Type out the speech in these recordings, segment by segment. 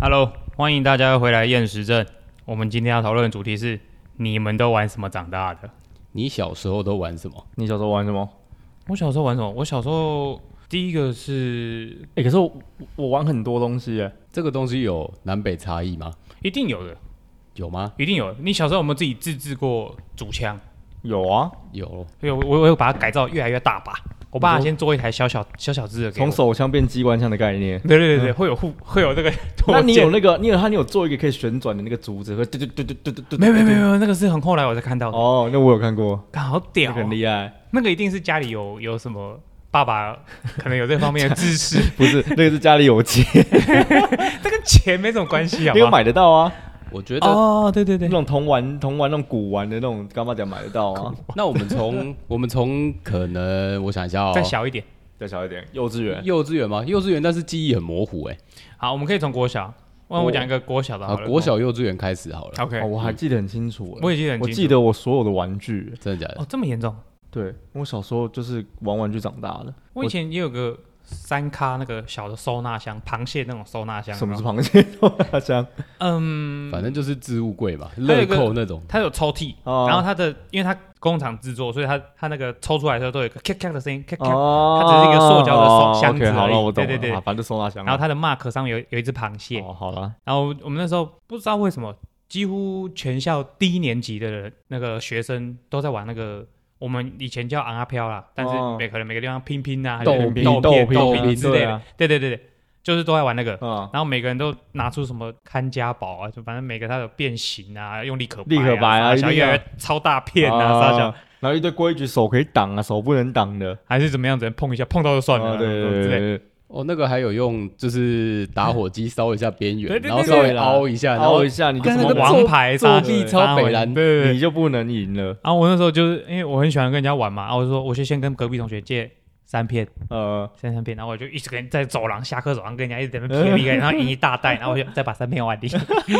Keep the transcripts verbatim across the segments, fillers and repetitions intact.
Hello， 欢迎大家回来验时证。我们今天要讨论的主题是：你们都玩什么长大的？ 你小时候都玩什么？ 你小时候玩什么？ 我小时候玩什么？我小时候第一个是， 哎、欸，可是 我, 我玩很多东西耶。 这个东西有南北差异吗？ 一定有的。 有吗？ 一定有。你小时候有没有自己自制过主枪？ 有啊， 有。 有，我我有把它改造越来越大把。我爸先做一台小小小小只的给我， 从手枪变机关枪的概念。 对对对对，嗯、会有护会有这个。 那你有那个，你有他，你有做一个可以旋转的那个竹子，会对对对对对对对。 没有没有没有，那个是很后来我才看到的。 哦，那我有看过， 好屌、喔， 很厉害。 那个一定是家里有有什么爸爸可能有这方面的知识。 不是，那个是家里有钱， 这跟钱没什么关系啊。 那个买得到啊。 我觉得哦，对对对， 那种铜丸、铜丸那种古玩的那种，干嘛讲买得到啊？ 那我们从我们从可能我想一下哦， 再小一点， 再小一点，幼稚园， 幼稚园吗？幼稚园，但是记忆很模糊哎、欸。 好，我们可以从国小，那我讲一个国小的好了， 国小幼稚园开始好了。 OK，、 哦、我还记得很清楚、欸， 我也记得很清楚， 我记得我所有的玩具， 真的假的？ 哦，这么严重？ 对，我小时候就是玩玩具长大的。 我以前也有个三咖那个小的收纳箱，螃蟹那种收纳箱。 什么是螃蟹收纳箱？ 嗯， 反正就是置物柜嘛，乐扣那种。 它有抽屉，哦、然后它的，因为它工厂制作，所以它它那个抽出来的时候都有一个咔咔的声音，咔咔，它只是一个塑胶的箱子而已。 哦 okay, 好了，我懂了。 对对对， 反正收纳箱。 然后它的 mark 上面有有一只螃蟹。 哦，好了。 然后我们那时候不知道为什么，几乎全校低年级的那个学生都在玩那个。我们以前叫昂阿飘啦，但是每、哦、可能每个地方拼拼啊， 豆拼豆片、 豆拼之类的， 啊、 对对对对，就是都在玩那个。 嗯、 然后每个人都拿出什么看家宝啊，就反正每个他有变形啊，用立可白、啊、 立可白啊， 小越超大片啊，啥小、 啊，然后一堆规矩，手可以挡啊，手不能挡的， 还是怎么样子，碰一下碰到就算了， 啊、对对对对对。 哦，那个还有用，就是打火机烧一下边缘， 然后稍微凹一下， 凹一下，你跟那个王牌作弊超北蓝， 对对， 你就不能赢了。 然后我那时候就是因为我很喜欢跟人家玩嘛，然后我就说我就先跟隔壁同学借三片，呃，先三片，然后我就一直跟在走廊下课走廊跟人家一直在那边撇一个，然后赢一大袋，然后我就再把三片玩掉。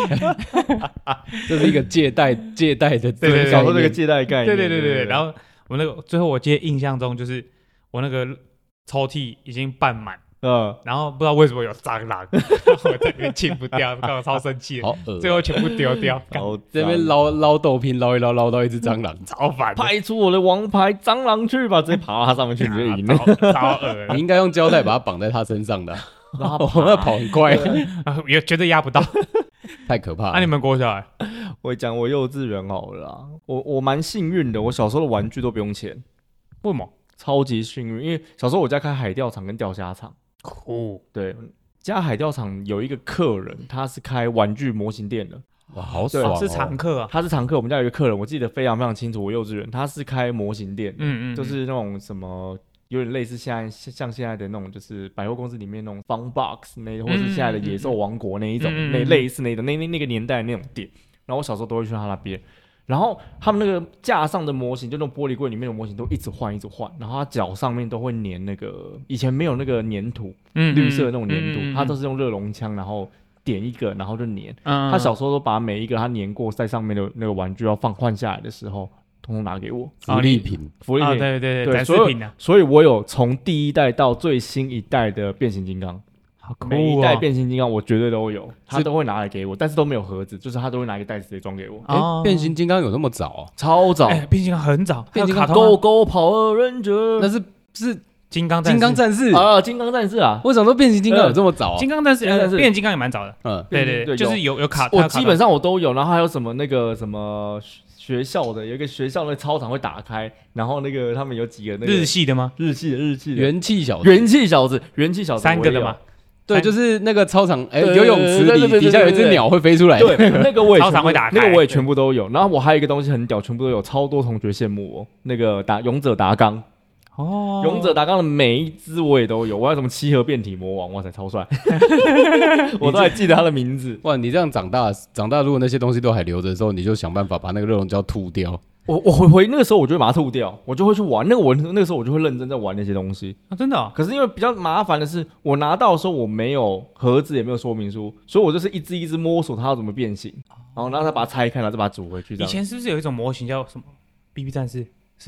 这是一个借贷借贷的， 对对对， 小时候这个借贷概念， 对对对对。然后我那个最后我记得印象中就是我那个抽屉已经半满。嗯，然后不知道为什么有蟑螂，我在里面清不掉，刚好超生气， 好恶、啊， 最后全部丢掉。 这边捞捞豆皮，捞一捞，捞到一只蟑螂， 超烦。 派出我的王牌蟑螂去吧，直接爬到它上面去你就赢了， 超恶。 你应该用胶带把它绑在它身上的、啊，然后它跑很快， 也绝对压不到， 太可怕了。 那、啊、你们国小、欸？ 我讲我幼稚园好了啦，我我蛮幸运的，我小时候的玩具都不用钱， 为什么？ 超级幸运，因为小时候我家开海钓场跟钓虾场。 酷， 对，家海钓场有一个客人，他是开玩具模型店的， 哇，好爽、哦！ 是常客啊， 他是常客。我们家有一个客人，我记得非常非常清楚。我幼稚园，他是开模型店，嗯嗯，就是那种什么，有点类似现在像现在的那种，就是百货公司里面那种 Fun Box 那，或是现在的野兽王国那一种，嗯、那类似那种那那那个年代的那种店。然后我小时候都会去他那边。然后他们那个架上的模型，就那种玻璃柜里面的模型都一直换一直换，然后它脚上面都会粘那个以前没有那个粘土，嗯、绿色的那种粘土，嗯、它都是用热熔枪，然后点一个，然后就粘。嗯、他小时候都把每一个他粘过在上面的那个玩具要放换下来的时候，通通拿给我， 福利品， 福利品， 哦、对对对，展示品啊。 所以我有从第一代到最新一代的变形金刚。 好酷哦、 每一代变形金刚我绝对都有，他都会拿来给我，但是都没有盒子，就是他都会拿一个袋子直接装给我。 哎、哦欸，变形金刚有那么早哦？ 超早！ 欸、变形金刚很早， 变形金刚 Go Go Power Ranger， 那是是金刚金刚战士啊，金刚战士啊！ 为什么说变形金刚有这么早、啊？ 金刚战士，呃，变形金刚也蛮早的。嗯，对 对, 对，就是有有卡， 我基本上我都有，然后还有什么那个什么。学校的有一个学校的操场会打开，然后那个他们有几个那个日系的吗？ 日系的日系的元气小子， 元气小子，元气小子， 三个的嘛。 对，就是那个操场，哎、欸，游泳池里底下有一只鸟会飞出来。 对，那个我也操场会打开， 那个我也全部都有。然后我还有一个东西很屌，全部都有，超多同学羡慕我。那个打勇者达纲。哦，勇者达纲的每一只我也都有，我还有什么七合变体魔王，哇塞，超帅！我都还记得他的名字。 哇，你这样长大，长大如果那些东西都还留着的时候，你就想办法把那个热熔胶吐掉。 我我回回那个时候，我就会把它吐掉，我就会去玩那个我那个时候我就会认真在玩那些东西啊，真的、哦。 可是因为比较麻烦的是，我拿到的时候我没有盒子，也没有说明书，所以我就是一只一只摸索它要怎么变形，然后然后再把它拆开，然后再把它煮回去。 以前是不是有一种模型叫什么 B B 战士？是吗？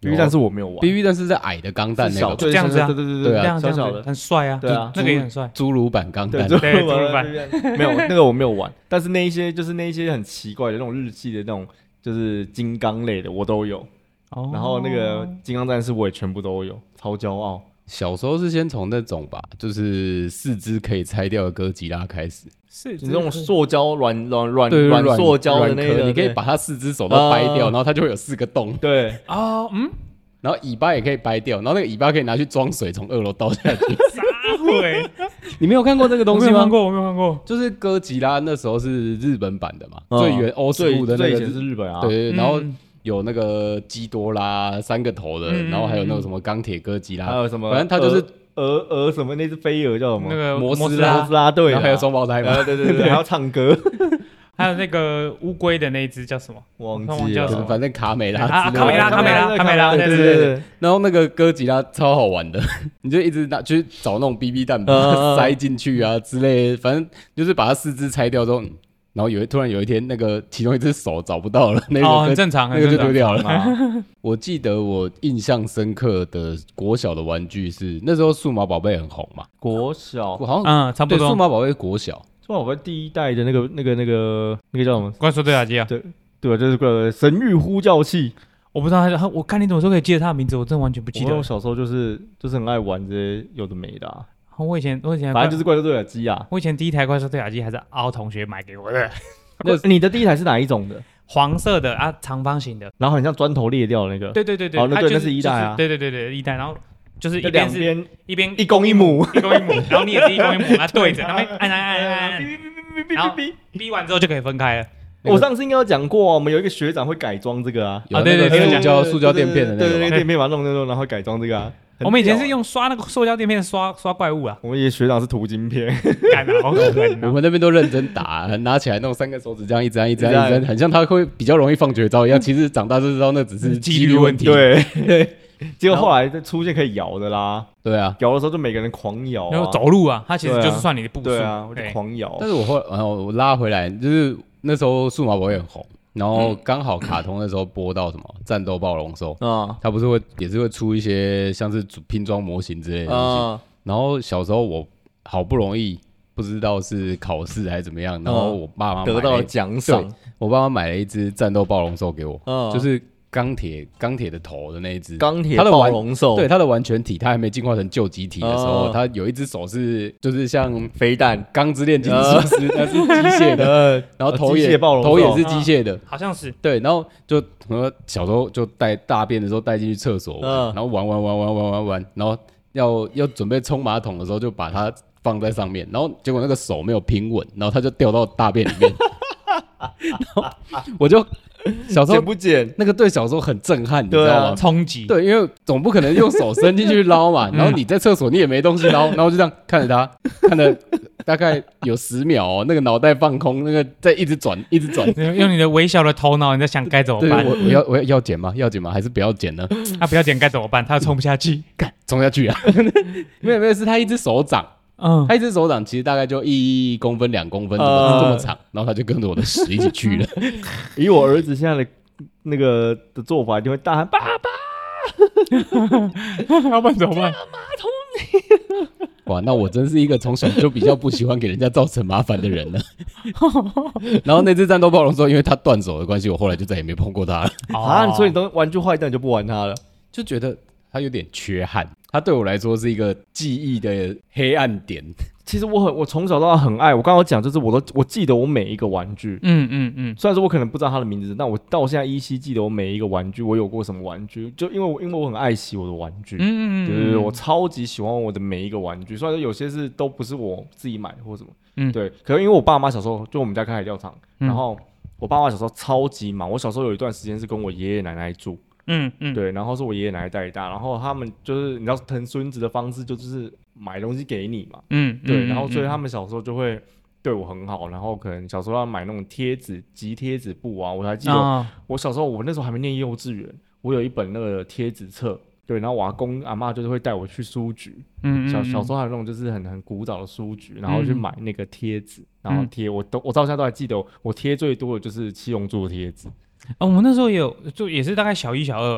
B B 弹是我没有玩 ，B B 弹是在矮的钢弹那个， 这样子啊， 对对对对啊， 小小的很帅啊， 对啊， 那个也很帅， 侏儒版钢弹， 对，侏儒版没有那个我没有玩，但是那一些就是那一些很奇怪的那种日系的那种就是金刚类的我都有，然后那个金刚战士我也全部都有，超骄傲。 小时候是先从那种吧，就是四肢可以拆掉的哥吉拉开始， 是那种塑胶软软软软塑胶的那个， 你可以把它四只手都掰掉，然后它就会有四个洞。 对哦，嗯， 然后尾巴也可以掰掉，然后那个尾巴可以拿去装水，从二楼倒下去。 啥会？ 你没有看过这个东西吗？ 我没有看过，我没有看过。 就是哥吉拉那时候是日本版的嘛，最原欧式的那个是日本啊， 对对，然后。有那个基多拉三个头的，嗯、然后还有那个什么钢铁哥吉拉， 还有什么， 反正他就是鹅鹅什么那只飞蛾叫什么？ 那个摩斯拉，摩斯拉对， 然后还有双胞胎嘛， 对对对，还要唱歌， 还有那个乌龟的那一只叫什么？ 忘记了，反正卡美拉啊，卡美拉，卡美拉，卡美拉，对对对。 然后那个哥吉拉超好玩的，你就一直拿去找那种 B B 弹把它塞进去啊之类的，反正就是把它四肢拆掉之后。然后有突然有一天，那个其中一只手找不到了，那个、 哦、很正常， 那个就丢掉了。啊、我记得我印象深刻的国小的玩具是那时候数码宝贝很红嘛， 国小好像嗯差不多， 对，数码宝贝国小， 数码宝贝第一代的那个那个那个那个叫什么？ 怪兽对打机啊， 对对，就是个神域呼叫器。 我不知道他，我看你怎么说可以记得他的名字，我真的完全不记得。 我小时候就是就是很爱玩这些有的没的、啊。 我以前我以前反正就是怪兽对打机啊。 我以前第一台怪兽对打机还是凹同学买给我的。 那你的第一台是哪一种的？ 黄色的啊，长方形的， 然后很像砖头裂掉的那个。 对对对对， 哦，那对、 就是、 那是一代啊。 对对对对，一代，然后就是一边是一边一公一母， 一公一母，然后你也是一公一母，啊对着，然后按按按按按，然后逼完之后就可以分开了。 我上次应该有讲过，我们有一个学长会改装这个啊， 啊对对对，塑胶塑胶垫片的那个， 对对电片把它弄弄弄，然后改装这个啊。 我们以前是用刷那个塑胶垫片刷刷怪物啊。 我们以前学长是涂晶片， 干嘛？好狠！ 我们那边都认真打，拿起来弄三个手指这样一直按一直按一直按，很像他会比较容易放绝招一样。其实长大就知道那只是几率问题。 对对。结果后来出现可以摇的啦。 对啊， 摇的时候就每个人狂摇、啊。 然后走路啊，它其实就是算你的步数。 对啊，我就狂摇。 但是我后然后我拉回来，就是那时候数码宝贝很红。然后刚好卡通的时候播到什么战斗暴龙兽啊，它不是会也是会出一些像是拼装模型之类的东西。啊、然后小时候我好不容易不知道是考试还是怎么样，然后我爸妈得到了奖赏， 我爸妈买了一只战斗暴龙兽给我，啊、就是钢铁钢铁的头的那一只钢铁暴龙兽， 对它的完全体，它还没进化成旧机体的时候，它、啊、有一只手是就是像飞弹钢之炼金术师，那、啊、是机械的，然后头也头也是机械的， 啊、好像是对，然后就小时候就带大便的时候带进去厕所玩，啊、然后玩玩玩玩玩玩玩，然后要要准备冲马桶的时候就把它放在上面，然后结果那个手没有平稳，然后它就掉到大便里面，然后我就。小时候捡不捡那个对小时候很震撼，你知道吗？ 冲击对，因为总不可能用手伸进去捞嘛，然后你在厕所你也没东西捞，然后就这样看着他，看了大概有十秒哦，那个脑袋放空，那个在一直转，一直转， 用你的微小的头脑，你在想该怎么办？ 我我要我要要剪吗？要剪吗？还是不要剪呢？ 他不要剪该怎么办？他冲不下去， 干冲下去啊！没有没有，是他一只手掌。嗯，他一只手掌其实大概就一公分、两公分这么、呃、这么长，然后他就跟着我的屎一起去了。 以我儿子现在的那个的做法，一定会大喊爸爸， 要不然怎么办？ 马桶里。 哇，那我真是一个从小就比较不喜欢给人家造成麻烦的人了。然后那只战斗暴龙说，因为他断手的关系，我后来就再也没碰过它了。 啊，所以你都玩具坏掉，你就不玩它了， 就觉得它有点缺憾。它对我来说是一个记忆的黑暗点。 其实我很，我从小到大很爱。我刚刚讲就是，我都我记得我每一个玩具。嗯嗯嗯。虽然说我可能不知道它的名字，但我到我现在依稀记得我每一个玩具，我有过什么玩具。就因为我因为我很爱惜我的玩具。嗯嗯嗯。对对对，我超级喜欢我的每一个玩具。虽然说有些是都不是我自己买的或什么。嗯。对，可能因为我爸妈小时候就我们家开海钓场，嗯、然后我爸妈小时候超级忙。我小时候有一段时间是跟我爷爷奶奶住。嗯嗯，对，然后是我爷爷奶奶带大，然后他们就是你知道疼孙子的方式就是买东西给你嘛，嗯，对，然后所以他们小时候就会对我很好，然后可能小时候要买那种贴纸、集贴纸布啊，我还记得、哦、我小时候我那时候还没念幼稚园，我有一本那个贴纸册，对，然后我阿公阿嬷就是会带我去书局，嗯, 嗯, 嗯，小小时候还有那种就是很很古早的书局，然后去买那个贴纸，然后贴，我都我到现在都还记得我，我贴最多的就是七龙珠的贴纸。 啊、哦，我们那时候也有，就也是大概小一、小二，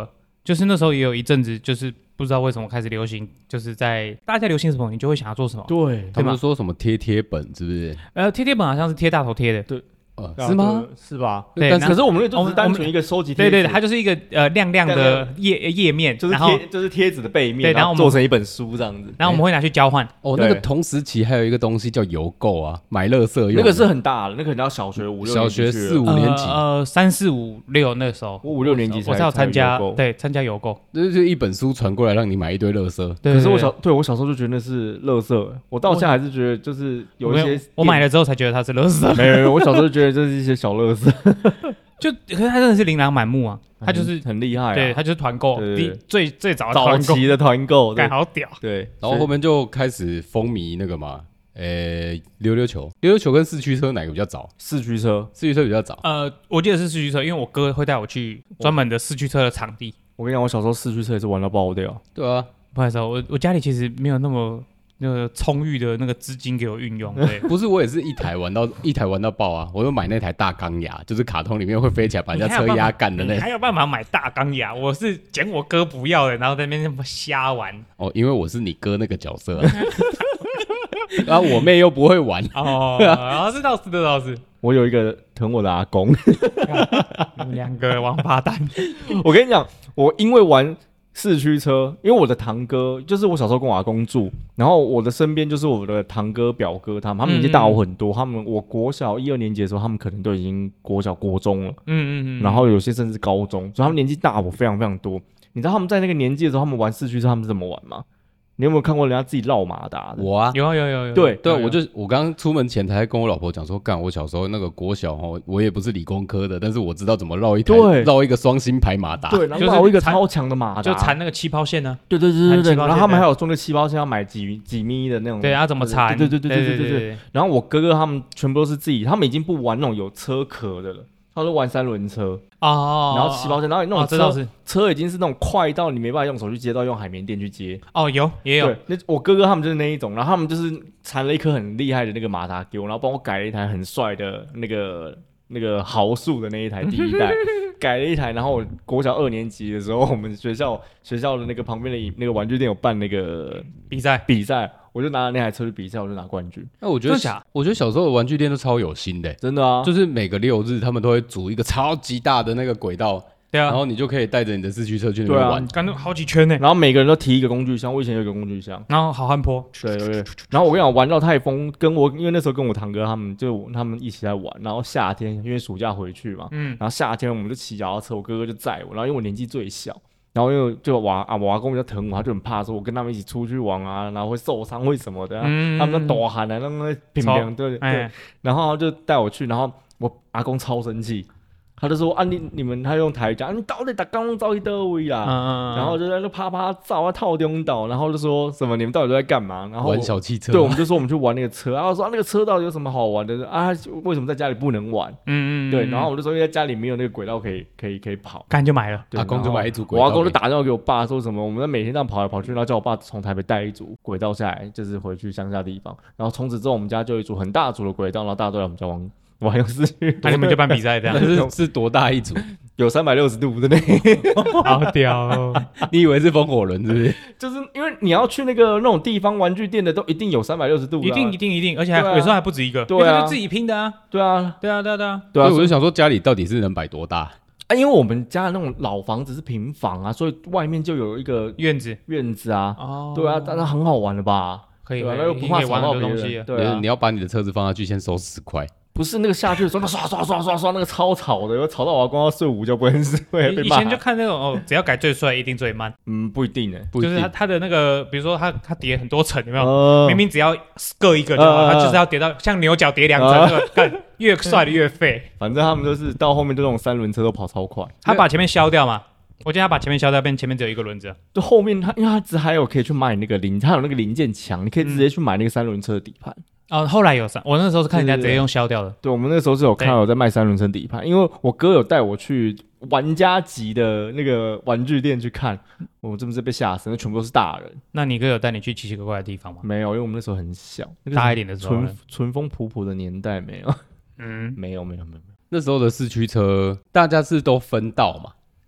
就是那时候也有一阵子，就是不知道为什么开始流行，就是在大家流行什么，你就会想要做什么。 对， 他们说什么贴贴本，是不是？ 呃，贴贴本好像是贴大头贴的。 对。 呃，是吗？ 是吧？ 对， 但是可是我们那就只是单纯一个收集贴纸， 对对，它就是一个呃亮亮的页页面， 就是贴就是贴纸的背面， 对，然后做成一本书这样子， 然后我们会拿去交换。 哦，那个同时期还有一个东西叫邮购啊，买垃圾用，那个是很大的，那个可能要小学五六小学四五年级， 呃三四五六那时候， 我五六年级才我是要参加，对，参加邮购， 就是一本书传过来让你买一堆垃圾。 可是我小对我小时候就觉得那是垃圾，我到现在还是觉得就是有一些， 我买了之后才觉得它是垃圾， 没有，我小时候就觉得这是一些小垃圾。 就可是他真的是琳琅满目啊，他就是很厉害， 对他就是团购，第最最早早期的团购， 干好屌， 对， 然后后面就开始风靡那个嘛，呃，溜溜球，溜溜球跟四驱车哪个比较早？ 四驱车， 四驱车比较早。 呃，我记得是四驱车，因为我哥会带我去专门的四驱车的场地。 我跟你讲，我小时候四驱车也是玩到爆掉。 对啊， 不好意思，我我家里其实没有那么。那个充裕的那个资金给我运用，对， 不是我也是一台玩到一台玩到爆啊！我就买那台大钢牙，就是卡通里面会飞起来把人家车压干的那。 还有办法买大钢牙？我是捡我哥不要的，然后在那边那么瞎玩。 哦，因为我是你哥那个角色、啊，然后我妹又不会玩哦，然后这倒是，这倒是。 我有一个疼我的阿公， 你们两个王八蛋。 我跟你讲，我因为玩。四驱车，因为我的堂哥就是我小时候跟我阿公住，然后我的身边就是我的堂哥表哥他们，他们年纪大我很多，嗯、他们我国小一二年级的时候，他们可能都已经国小国中了，嗯嗯嗯，然后有些甚至高中，所以他们年纪大我非常非常多。你知道他们在那个年纪的时候，他们玩四驱车，他们是怎么玩吗？你有没有看过人家自己绕马达的？ 我啊， 有有有有。 对对，我就我刚出门前才跟我老婆讲说，干，我小时候那个国小哈，我也不是理工科的，但是我知道怎么绕一台绕一个双星牌马达， 对，然后绕一个超强的马达， 就缠那个气泡线呢。 对对对对对。然后他们还有装那个气泡线，要买几几米的那种。 对啊，怎么缠？ 对对对对对对对。然后我哥哥他们全部都是自己，他们已经不玩那种有车壳的了。他说玩三轮车哦，然后起跑线，然后那种车、哦、车已经是那种快到你没办法用手去接，到用海绵垫去接。 哦，有也有。 对，那我哥哥他们就是那一种，然后他们就是缠了一颗很厉害的那个马达给我，然后帮我改了一台很帅的那个那个豪速的那一台第一代，改了一台。然后我国小二年级的时候，我们学校学校的那个旁边的那个玩具店有办那个比赛比赛。我就拿了那台车去比赛，我就拿冠军。 那我觉得，我觉得小时候的玩具店都超有心的、欸， 真的啊！ 就是每个六日他们都会组一个超级大的那个轨道， 对啊， 然后你就可以带着你的四驱车去那边玩， 干、啊、好几圈呢、欸。 然后每个人都提一个工具箱，我以前有一个工具箱， 然后好汉坡， 对对对。然后我跟你讲，玩到太疯，跟我因为那时候跟我堂哥他们就他们一起在玩，然后夏天因为暑假回去嘛，嗯，然后夏天我们就骑脚踏车，我哥哥就载我，然后因为我年纪最小。然后因为就我啊，我阿公比较疼我，他就很怕说，我跟他们一起出去玩啊，然后会受伤会什么的、啊嗯，他们都大喊啊，那么乒乒，对对、哎，然后他就带我去，然后我阿公超生气，他就说啊你你们他用台语讲，你到底打刚照一德位啦、嗯，然后就在那啪啪照啊套中岛，然后就说什么你们到底都在干嘛？然后玩小汽车， 对，我们就说我们去玩那个车，然后说、啊、那个车到底有什么好玩的啊？为什么在家里不能玩？嗯嗯，对，然后我就说因为在家里没有那个轨道可以可以可以跑， 干就买了， 阿公就买一组轨道， 我阿公就打电话给我爸说什么，我们在每天这样跑来跑去，然后叫我爸从台北带一组轨道下来，就是回去乡下地方，然后从此之后我们家就有一组很大组的轨道，然后大家都来我们家玩。玩游戏， 那、啊、你们就办比赛这样？ 是是多大一组？ 有三百六十度的那， 好屌、哦！ 你以为是风火轮是不是？ 就是因为你要去那个那种地方玩具店的，都一定有三百六十度、啊， 一定一定一定，而且还、啊、有时候还不止一个， 对啊， 就自己拼的啊， 对啊， 对啊，对啊，对啊， 对啊， 所以我就想说家里到底是能摆多大？ 啊，因为我们家的那种老房子是平房啊，所以外面就有一个院子， 院子啊，哦，对啊，但是很好玩的吧？ 可以， 对啊，那又不怕吵到别人， 东西对啊， 你要把你的车子放下去，先收十块。 不是那个下去的时候，那刷刷刷刷刷，那个超吵的，吵到我光要睡午觉不会是会被骂。 以前就看那种哦，只要改最帅一定最慢。 嗯，不一定诶， 就是他他的那个，比如说他他叠很多层，有没有？呃、明明只要各一个就好，呃、他就是要叠到像牛角叠两层，呃、那个干越帅的越废。 反正他们就是到后面就那种三轮车都跑超快。 他把前面削掉嘛，我记得他把前面削掉，变前面只有一个轮子。 就后面他因为他只还有可以去买那个零，他有那个零件墙，你可以直接去买那个三轮车的底盘。 哦，后来有三，我那时候是看人家直接用削掉的。 对, 对, 对，我们那时候是有看到有在卖三轮车底盘，因为我哥有带我去玩家级的那个玩具店去看，我真的是被吓死，那全部都是大人。 那你哥有带你去奇奇怪怪的地方吗？ 没有，因为我们那时候很小， 大一点的时候， 纯纯风普普的年代没有。嗯，没有没有没有没有。 那时候的四驱车，大家是都分道嘛。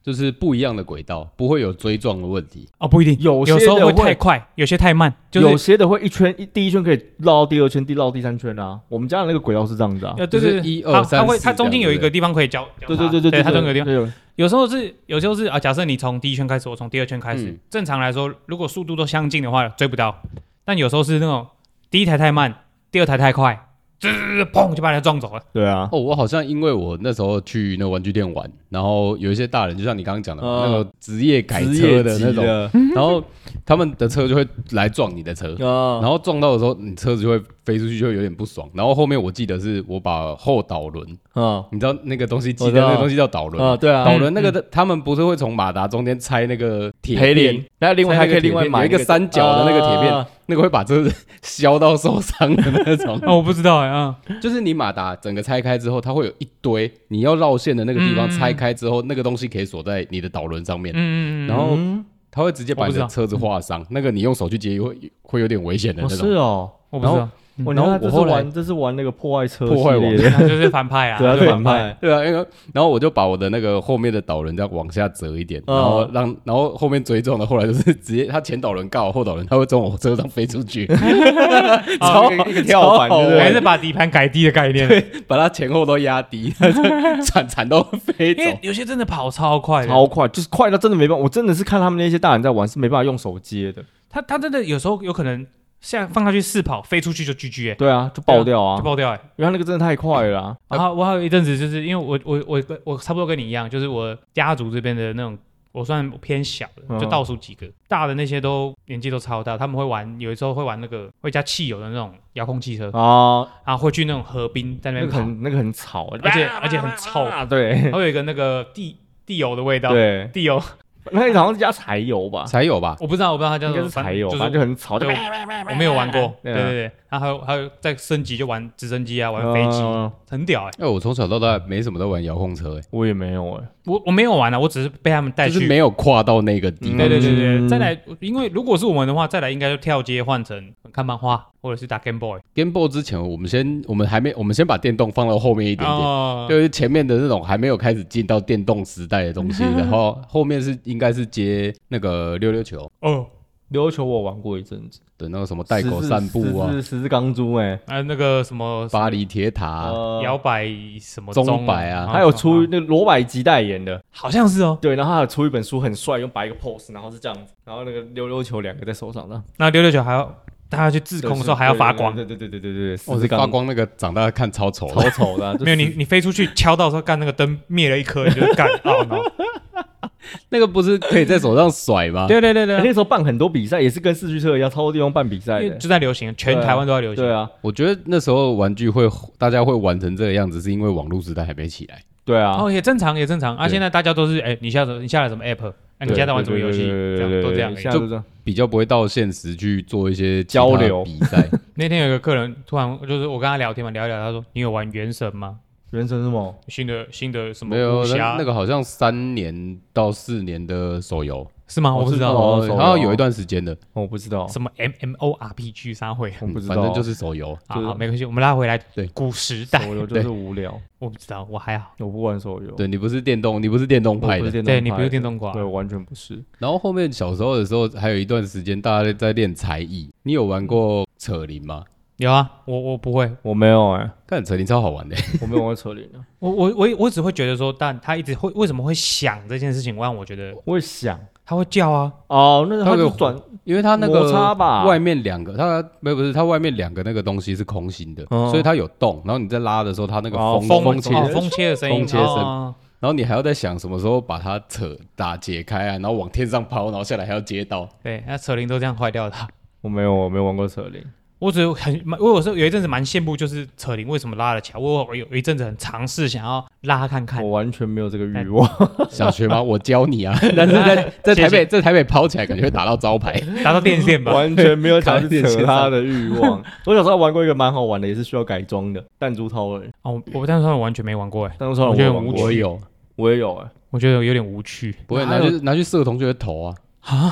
就是不一样的轨道，不会有追撞的问题。 哦，不一定，有有时候会太快，有些太慢，就是、 有些的会一圈一第一圈可以绕到第二圈，第绕到第三圈啊。我们家的那个轨道是这样子啊， 呃，对对对， 一二三， 它会它中间有一个地方可以交， 对对对对对， 它中间有地方。有时候是，有时候是啊，假设你从第一圈开始，我从第二圈开始，嗯、正常来说，如果速度都相近的话，追不到。但有时候是那种第一台太慢，第二台太快。砰就把人撞走了。 对啊， 哦，我好像因为我那时候去那个玩具店玩，然后有一些大人，就像你刚刚讲的、呃、那个职业改车的那种，然后他们的车就会来撞你的车，呃、然后撞到的时候，你车子就会飞出去，就会有点不爽。然后后面我记得是我把后导轮，嗯，你知道那个东西，记得那个东西叫导轮， 啊、呃，对啊， 导轮那个、嗯、他们不是会从马达中间拆那个铁片， 然后另外还可以另外买一个三角的那个铁片。呃那个会把车子削到受伤的那种。 哦，我不知道哎啊， 就是你马达整个拆开之后，它会有一堆你要绕线的那个地方拆开之后，嗯、那个东西可以锁在你的导轮上面。嗯嗯然后它会直接把你的车子划伤，那个你用手去接会会有点危险的那种。 哦是哦， 我不知道。 我然后我后来这是玩那个破坏车破坏王， 就是反派啊， 对啊，是反派， 对啊，因为然后我就把我的那个后面的导轮这样往下折一点，然后让然后后面追撞的后来就是直接他前导轮刚好后导轮，他会从我车上飞出去， 超一个跳板， 还是把底盘改低的概念， 对，把它前后都压低，铲铲都飞走。 有些真的跑超快， 超快，就是快到真的没办法。我真的是看他们那些大人在玩，是没办法用手接的。 他他真的有时候有可能。像放下去试跑，飞出去就 G G 哎， 对啊，就爆掉啊， 就爆掉哎， 因为他那个真的太快了、啊。 然后我还有一阵子，就是因为我我我我差不多跟你一样，就是我家族这边的那种，我算偏小的，就倒数几个，嗯、大的那些都年纪都超大，他们会玩，有的时候会玩那个会加汽油的那种遥控汽车啊，然后会去那种河滨在那边跑， 那个很那个很吵， 而且而且很臭， 啊、对， 还有一个那个地地油的味道， 对， 地油。 那好像是加柴油吧？ 柴油吧？ 我不知道，我不知道它叫什么， 应该是柴油，反正就很吵。 就我没有玩过，对对对。然后还有还有再升级就玩直升机啊，玩飞机，呃、很屌哎、欸。 哎，我从小到大没什么都玩遥控车哎、欸， 我也没有哎、欸， 我我没有玩啊，我只是被他们带去， 就是没有跨到那个地方。 对对对对，嗯、再来，因为如果是我们的话，再来应该就跳街换成看漫画或者是打 Game Boy。Game Boy 之前，我们先我们还没我们先把电动放到后面一点点，哦、就是前面的那种还没有开始进到电动时代的东西，然后后面是应该是接那个溜溜球哦。溜溜球我玩过一阵子， 对那个什么带狗散步啊， 十字十字钢珠哎、 欸，啊那个什么巴黎铁塔、 摇、呃、摆什么钟摆啊， 还有出那罗百吉代言的， 好像是哦， 对，然后还有出一本书很帅，用摆一个 pose， 然后是这样子，然后那个溜溜球两个在手上的， 那溜溜球还要大家去自控的时候还要发光， 对对对对对对对， 我是发光那个长大看超丑， 超丑的、啊， 没有你你飞出去敲到的时候，干那个灯灭了一颗，你就干啊 no。 那个不是可以在手上甩吗？ 对对对对， 欸、那时候办很多比赛，也是跟四驱车一样，超多地方办比赛的， 就在流行，全台湾都在流行。 对啊， 我觉得那时候玩具会大家会玩成这个样子，是因为网络时代还没起来。 对啊， 哦也正常也正常啊，现在大家都是哎、欸，你下载你下载什么 app， 啊你现在在玩什么游戏，这样都这样， 就比较不会到现实去做一些交流比赛。 那天有一个客人突然就是我跟他聊天嘛，聊一聊，他说你有玩原神吗？ 原神是什么？ 新的新的什么？ 没有，那, 那个好像三年到四年的手游是吗？我不知道， 哦、然后有一段时间的， 我不知道什么 M M O R P G 啥会， 我不知道， 反正就是手游。 好，好没关系，我们拉回来。 对， 古时代手游就是无聊。 我不知道，我还好， 我不玩手游。 对你不是电动，你不是电动派的， 对你不是电动挂， 对，完全不是。 然后后面小时候的时候，还有一段时间大家在练才艺。你有玩过扯铃吗？ 有啊，我我不会， 我没有哎、欸， 看扯铃超好玩的、欸， 我没有玩扯铃啊。 我我我我只会觉得说，但他一直会为什么会响这件事情，让我觉得会响， 他会叫啊。 哦，那他就转， 因为他那个摩擦吧， 外面两个，他没有不是，他外面两个那个东西是空心的，哦、所以它有洞，然后你在拉的时候，它那个风、哦、 风风切、 哦、风切的声音， 风切声。 哦然后你还要在想什么时候把它扯打解开啊，然后往天上抛，然后下来还要接到。 对，那扯铃都这样坏掉的。 我没有，我没有玩过扯铃。 我只很，我有时候有一阵子蛮羡慕，就是扯铃为什么拉得起来。我有一阵子很尝试想要拉看看， 我完全没有这个欲望。 想学吗？我教你啊！但是在在台北，在台北抛起来，感觉会打到招牌， 打到电线吧。 完全没有想去扯它的欲望。我小时候玩过一个蛮好玩的，也是需要改装的弹珠超人。 哦，我弹珠超人完全没玩过哎。 弹珠超人我觉得很无趣。 我有， 我也有哎。 我觉得有点无趣。 不会拿去拿去射同学的头啊。 啊？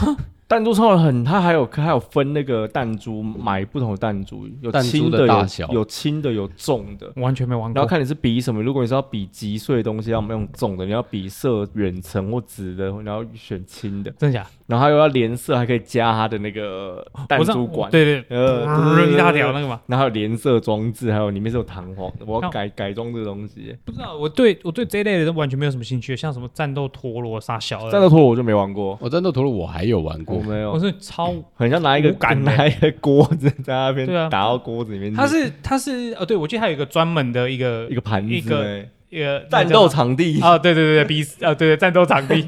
弹珠超人很，它还有还有分那个弹珠，买不同的弹珠，有轻的大小， 有轻的有重的， 完全没玩过。 然后看你是比什么，如果你是要比击碎的东西，要用重的；你要比射远程或直的，然后选轻的。 真假？ 然后还有要连射，还可以加它的那个弹珠管， 对对， 呃， 一大条那个嘛。 然后还有连射装置，还有里面是有弹簧的，我要改改装这个东西。 不知道，我对我对这一类的都完全没有什么兴趣，像什么战斗陀螺啥小的。 战斗陀螺我就没玩过， 我战斗陀螺我还有玩过， 我没有， 我是超很像拿一个拿一个锅子在那边， 对啊， 打到锅子里面去。 它是它是呃，对我记得还有一个专门的一个一个盘子， 一个一个战斗场地哦，对对对对，比啊对对战斗场地。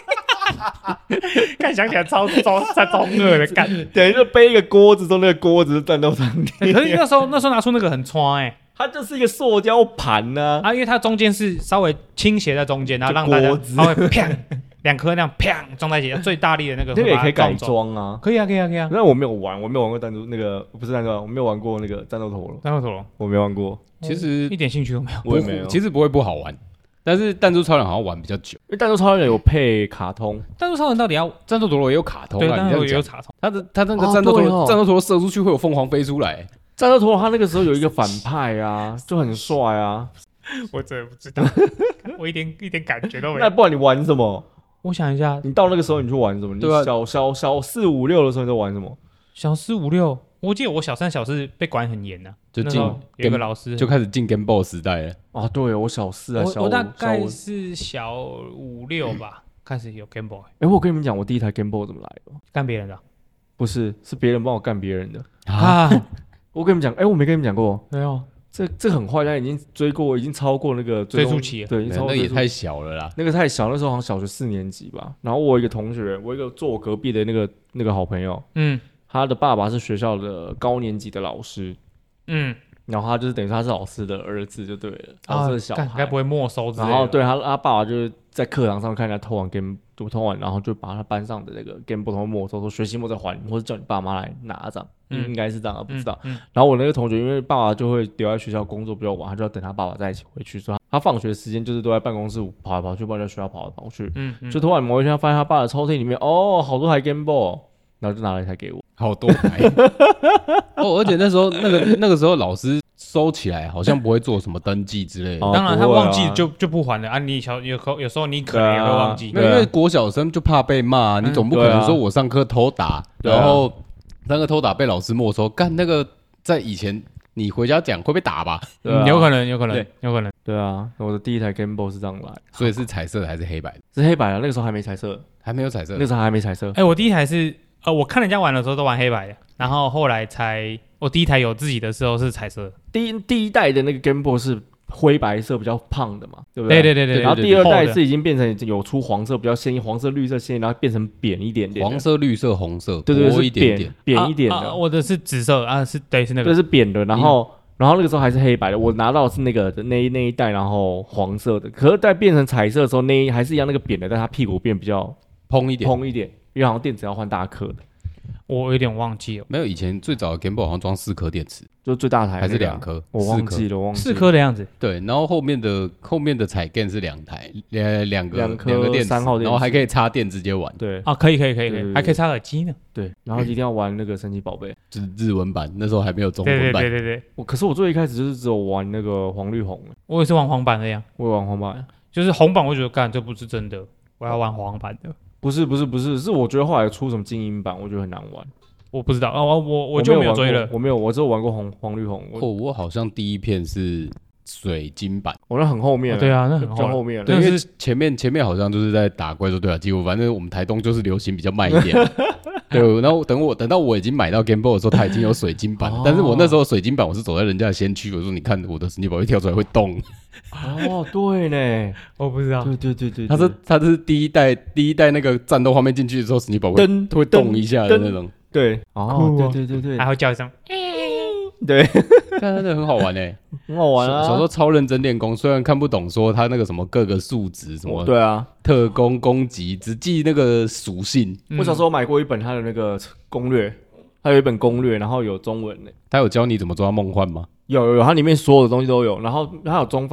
看想起来超超超超恶的干， 等于就背一个锅子，说那个锅子是战斗场地。 可是那时候那时候拿出那个很穿哎、欸， 它就是一个塑胶盘呢、 啊，啊，因为它中间是稍微倾斜在中间，然后让大家它会啪两颗那样啪撞在一起，最大力的那个那个也可以改装啊， 可以啊可以啊可以啊。 那我没有玩，我没有玩过弹珠那个不是弹珠，我没有玩过那个战斗陀螺， 战斗陀螺我没玩过， 其实一点兴趣都没有， 我也没有， 其实不会不好玩。但是弹珠超人好像玩比较久， 因为弹珠超人有配卡通， 弹珠超人到底要战斗陀螺也有卡通啊， 对，弹斗陀螺也有卡通， 他的他那个战斗陀螺，战斗陀螺射出去会有凤凰飞出来。 战斗陀螺他那个时候有一个反派啊，就很帅啊， 我真的不知道，我一点一点感觉都没有。 那不然你玩什么？ 我想一下， 你到那个时候你去玩什么？你小小小四五六的时候你在玩什么？ 小四五六，我记得我小三小四被管很严呐、啊， 就进有一个老师就开始进 Game Boy 时代了啊。对，我小四啊，小五， 我大概是小五六吧，开始有 Game Boy。 哎、欸，我跟你们讲，我第一台 Game Boy 怎么来的？ 干别人的、啊？ 不是，是别人帮我干别人的啊！ 我跟你们讲，哎、欸，我没跟你们讲过， 没有。 这这很坏，但已经追过，已经超过那个追溯期了。 对， 那个也太小了啦。 那个太小，那时候好像小学四年级吧。然后我有一个同学，我一个坐我隔壁的那个那个好朋友，嗯，他的爸爸是学校的高年级的老师，嗯，然后他就是等于说他是老师的儿子就对了，老师的小孩， 该不会没收之类的？ 然后对他他爸爸就是在课堂上看人家偷玩 game， 就偷玩，然后就把他班上的那个 game 不同没收，说学期末再还，或者叫你爸妈来拿这样。嗯、应该是这样，不知道、嗯嗯。然后我那个同学，因为爸爸就会留在学校工作比较晚，他就要等他爸爸在一起回去，所以他放学时间就是都在办公室跑来跑去，不然在学校跑来跑去。嗯嗯、就突然某一天，他发现他爸的抽屉里面，哦，好多台 Game Boy， 然后就拿了一台给我， 好多台。哦，而且那时候那个那个时候老师收起来，好像不会做什么登记之类的。 哦、当然，他忘记就就不还了啊。你小有有时候你可能也会忘记， 因为国小生就怕被骂，你总不可能说我上课偷打，然后。那个偷打被老师没收，干那个在以前你回家讲会被打吧？ 嗯、有可能，有可能，有可能。 对啊，我的第一台 Game Boy 是这样来， 所以是彩色的还是黑白的？ 是黑白的，那个时候还没彩色， 还没有彩色， 那个时候还没彩色。 哎、欸，我第一台是呃，我看人家玩的时候都玩黑白的，然后后来才我第一台有自己的时候是彩色的。 第一第一代的那个 Game Boy 是灰白色比较胖的嘛，对不对？ 对对对对。 然后第二代是已经变成有出黄色比较鲜艳，黄色、绿色鲜艳，然后变成扁一点点， 黄色、绿色、红色， 对对， 是一点点扁一点的、 啊啊。我的是紫色啊，是对是那个， 对是扁的。然后、嗯、然后那个时候还是黑白的，我拿到的是那个的那那一代，然后黄色的。可是在变成彩色的时候，那还是一样那个扁的，但它屁股变比较蓬一点， 蓬一点，因为好像电池要换大颗的。 我有点忘记了， 没有以前最早的 Game Boy 好像装四颗电池， 就最大台、那個、 还是两颗， 我忘记了，忘记四颗的样子。 对，然后后面的后面的彩 Game 是两台，呃，两个两颗电池， 三号电池， 然后还可以插电直接玩。 对啊，可以可以可以可以，还可以插耳机呢。 对，然后一定要玩那个神奇宝贝， 就是日文版，那时候还没有中文版。 对对对对对。 我可是我最一开始就是只有玩那个黄绿红， 我也是玩黄版的呀， 我也玩黄版， 就是红版我觉得干这不是真的，我要玩黄版的。 不是不是不是，是我觉得后来出什么精英版，我觉得很难玩。 我不知道啊，我我我就没有追了， 我没有，我只有玩过红黄绿红。 哦，我好像第一片是水晶版， 我、哦、那很后面、 哦，对啊，那很后后面了， 对，因为前面前面好像就是在打怪兽对啊，几乎反正我们台东就是流行比较慢一点。对，然后等我等到我已经买到 Game Boy 的时候，它已经有水晶版了、哦，但是我那时候水晶版我是走在人家的先驱，我说你看我的神奇宝贝跳出来会动。 哦，对呢， 我不知道， 对对对 对, 對， 它是它是第一代第一代那个战斗画面进去的时候，神奇宝贝会动一下的那种。 对，哦，对对对对， 还会叫一声， 对， 但真的很好玩哎， 很好玩啊！ 小时候超认真练功，虽然看不懂说他那个什么各个数值什么， 对啊， 特攻攻击只记那个属性。 我小时候买过一本他的那个攻略，他有一本攻略，然后有中文的。 他有教你怎么抓梦幻吗？ 有有有，它里面所有的东西都有，然后它有中翻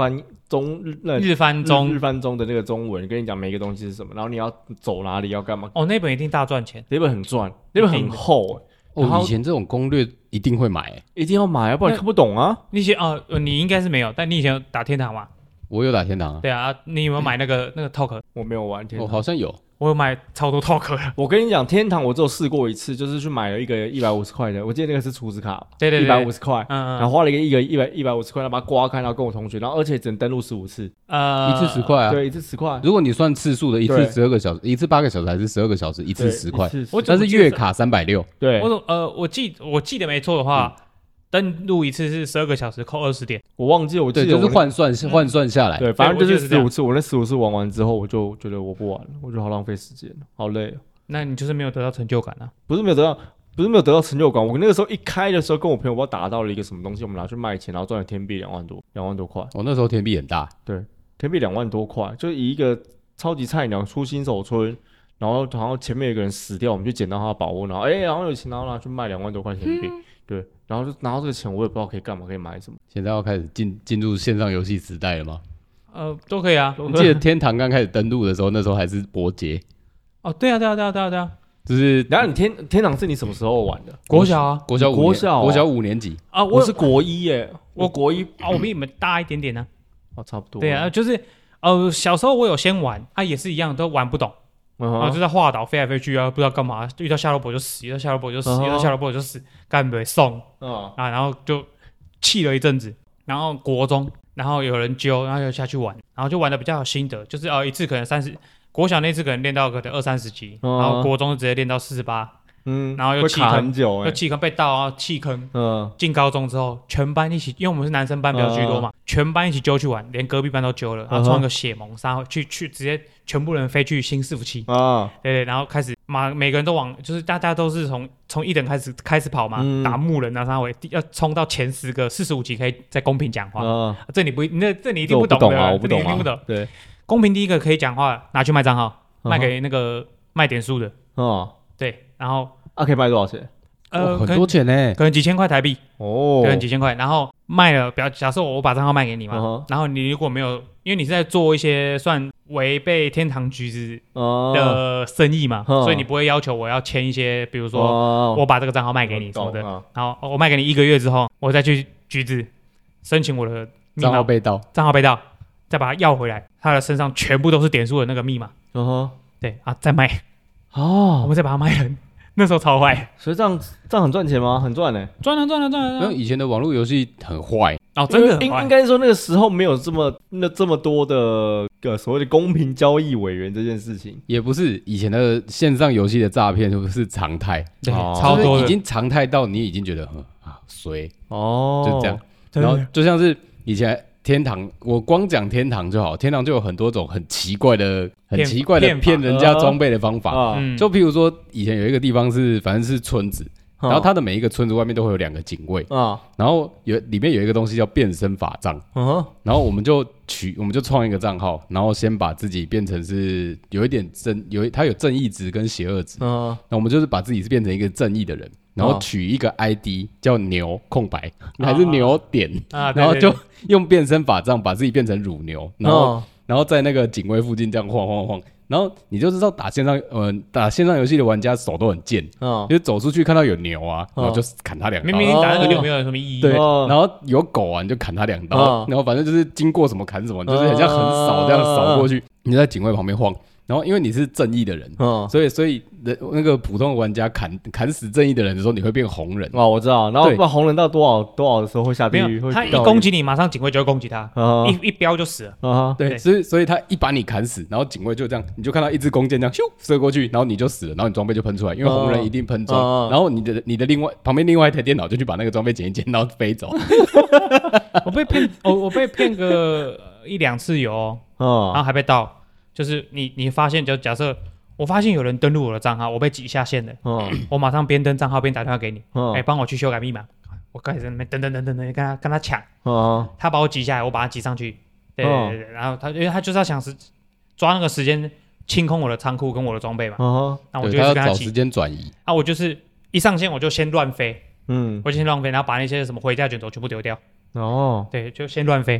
中日番中日番中的那个中文，跟你讲每个东西是什么，然后你要走哪里要干嘛。 哦，那本一定大赚钱， 那本很赚，那本很厚、欸。 哦，以前这种攻略一定会买、欸， 一定要买，要不然看不懂啊。 你以前哦，你应该是没有，但你以前有打天堂吗？ 我有打天堂啊。 对啊，你有没有买那个那个 talk？ 我没有玩天堂， 我、哦、好像有。 我有买超多 talk 的。 我跟你讲，天堂我只有试过一次，就是去买了一个一百五十块的，我记得那个是储值卡， 对对对， 一百五十块， 嗯嗯， 然后花了一个一个一百一百五十块，然后把它刮开，然后跟我同学，然后而且只能登录十五次， 呃， 一次十块啊， 对，一次十块。 如果你算次数的，一次十二个小时，一次八个小时还是十二个小时，一次十块，但是月卡三百六。 对， 我呃，我记我记得没错的话。嗯登录一次是十二个小时，扣二十点。 我忘记，我记得对，就是换算是换算下来。 对，反正就是十五次。我那十五次玩完之后，我就觉得我不玩了，我觉得好浪费时间，好累。 那你就是没有得到成就感啊？ 不是没有得到，不是没有得到成就感。我那个时候一开的时候，跟我朋友不知道达到了一个什么东西，我们拿去卖钱，然后赚了天币两万多，两万多块。 我那时候天币很大， 对，天币两万多块，就是以一个超级菜鸟出新手村，然后然后前面有个人死掉，我们就捡到他的宝物，然后哎、欸，然后有钱，然后拿去卖两万多块钱币。嗯对，然后就拿到这个钱，我也不知道可以干嘛，可以买什么。 现在要开始进进入线上游戏时代了吗？ 呃，都可以啊。 我记得天堂刚开始登录的时候，那时候还是伯杰。 哦，对啊，对啊，对啊，对啊，对啊。 就是， 然后你天天堂是你什么时候玩的？ 国小啊， 国小五国小、 哦、国小五年级啊， 我是国一耶， 我国一啊，我比你们大一点点呢、 啊。哦，差不多。 对啊，就是呃，小时候我有先玩啊，也是一样，都玩不懂。然后、uh huh. 就在画岛飞来飞去啊，不知道干嘛，遇到夏洛伯就死，遇到夏洛伯就死， uh huh. 遇到夏洛伯就死，干不会送、uh huh. 啊，然后就气了一阵子。然后国中，然后有人揪，然后就下去玩，然后就玩的比较有心得，就是呃一次可能三十，国小那次可能练到可能二三十级， uh huh. 然后国中就直接练到四十八。嗯，然后又弃坑很久、欸， 又弃坑被盗啊，弃坑。嗯，进高中之后，全班一起，因为我们是男生班比较居多嘛，嗯、全班一起揪去玩，连隔壁班都揪了，然后创一个血盟，杀、嗯、去去直接全部人飞去新伺服器啊，对对，然后开始马每个人都往，就是大家都是从从一等开始开始跑嘛，嗯、打木人啊，杀回要冲到前十个四十五级可以在公屏讲话。嗯、这你不，那这你一定不懂的， 我不懂啊，我不懂、啊， 这你一定不懂。 对， 公屏第一个可以讲话，拿去卖账号，嗯、卖给那个卖点数的。哦、嗯，对，然后。 啊，可以卖多少钱？ 呃，很多钱呢、欸， 可能几千块台币哦，可能几千块。然后卖了，比如假设我把账号卖给你嘛，uh huh. 然后你如果没有，因为你是在做一些算违背天堂橘子的生意嘛， uh huh. 所以你不会要求我要签一些，比如说、uh huh. 我把这个账号卖给你什么的， uh huh. 然后我卖给你一个月之后，我再去橘子申請我的账号被盗， 账号被盗，再把它要回来，他的身上全部都是点数的那个密码，嗯哼、uh， huh. 对啊，再卖，哦，我们再把它卖人。那时候超坏， 所以这样这样很赚钱吗？很赚呢、欸， 赚了赚了赚了。 因为以前的网络游戏很坏哦，真的应应该说那个时候没有这么那这么多的个所谓的公平交易委员这件事情， 也不是以前的线上游戏的诈骗就是常态， 对，哦、超多的， 已经常态到你已经觉得很啊衰哦，就这样。然后就像是以前。天堂，我光讲天堂就好。天堂就有很多种很奇怪的、很奇怪的骗人家装备的方法。呃嗯、就譬如说，以前有一个地方是，反正是村子，嗯、然后它的每一个村子外面都会有两个警卫。嗯、然后有里面有一个东西叫变身法杖。嗯、然后我们就取，我们就创一个账号，然后先把自己变成是有一点正，有它有正义值跟邪恶值。嗯、那我们就是把自己是变成一个正义的人。然后取一个 I D 叫牛空白，还是牛点，啊、然后就用变身法杖把自己变成乳牛，然后、哦、然后在那个警卫附近这样晃晃晃，然后你就知道打线上呃打线上游戏的玩家手都很贱，哦、就是走出去看到有牛啊，然后就砍他两刀， 明明打那个牛没有什么意义， 对，哦、然后有狗啊你就砍他两刀，哦、然后反正就是经过什么砍什么，就是很像很扫这样扫过去，你就在警卫旁边晃。然后因为你是正义的人，嗯、所以所以那个普通的玩家砍砍死正义的人的时候，你会变红人哦，我知道。然后不知道红人到多少多少的时候会下地狱， 他一攻击你，马上警卫就会攻击他，uh huh. 一一飙就死了。Uh huh. 对，所以所以他一把你砍死，然后警卫就这样，你就看到一支弓箭这样咻射过去，然后你就死了，然后你装备就喷出来，因为红人一定喷装。Uh huh. 然后你的你的另外旁边另外一台电脑就去把那个装备捡一捡，然后飞走。 我被骗，我我被骗个一两次有、哦， uh huh. 然后还被盗。就是你，你发现就假设我发现有人登录我的账号，我被挤下线了，嗯、我马上边登账号边打电话给你，哎、嗯，帮、欸、我去修改密码。我开始在那边登登登登登，跟他跟他抢，嗯、他把我挤下来，我把他挤上去，对对对，嗯、然後他因為他就是要想是抓那個時間清空我的倉庫跟我的裝備嘛，嗯、那我就跟他找時間轉移。 啊，我就是一上線我就先亂飛，嗯，我就先亂飛，然後把那些什麼回家卷軸全部丟掉。哦，對，就先亂飛。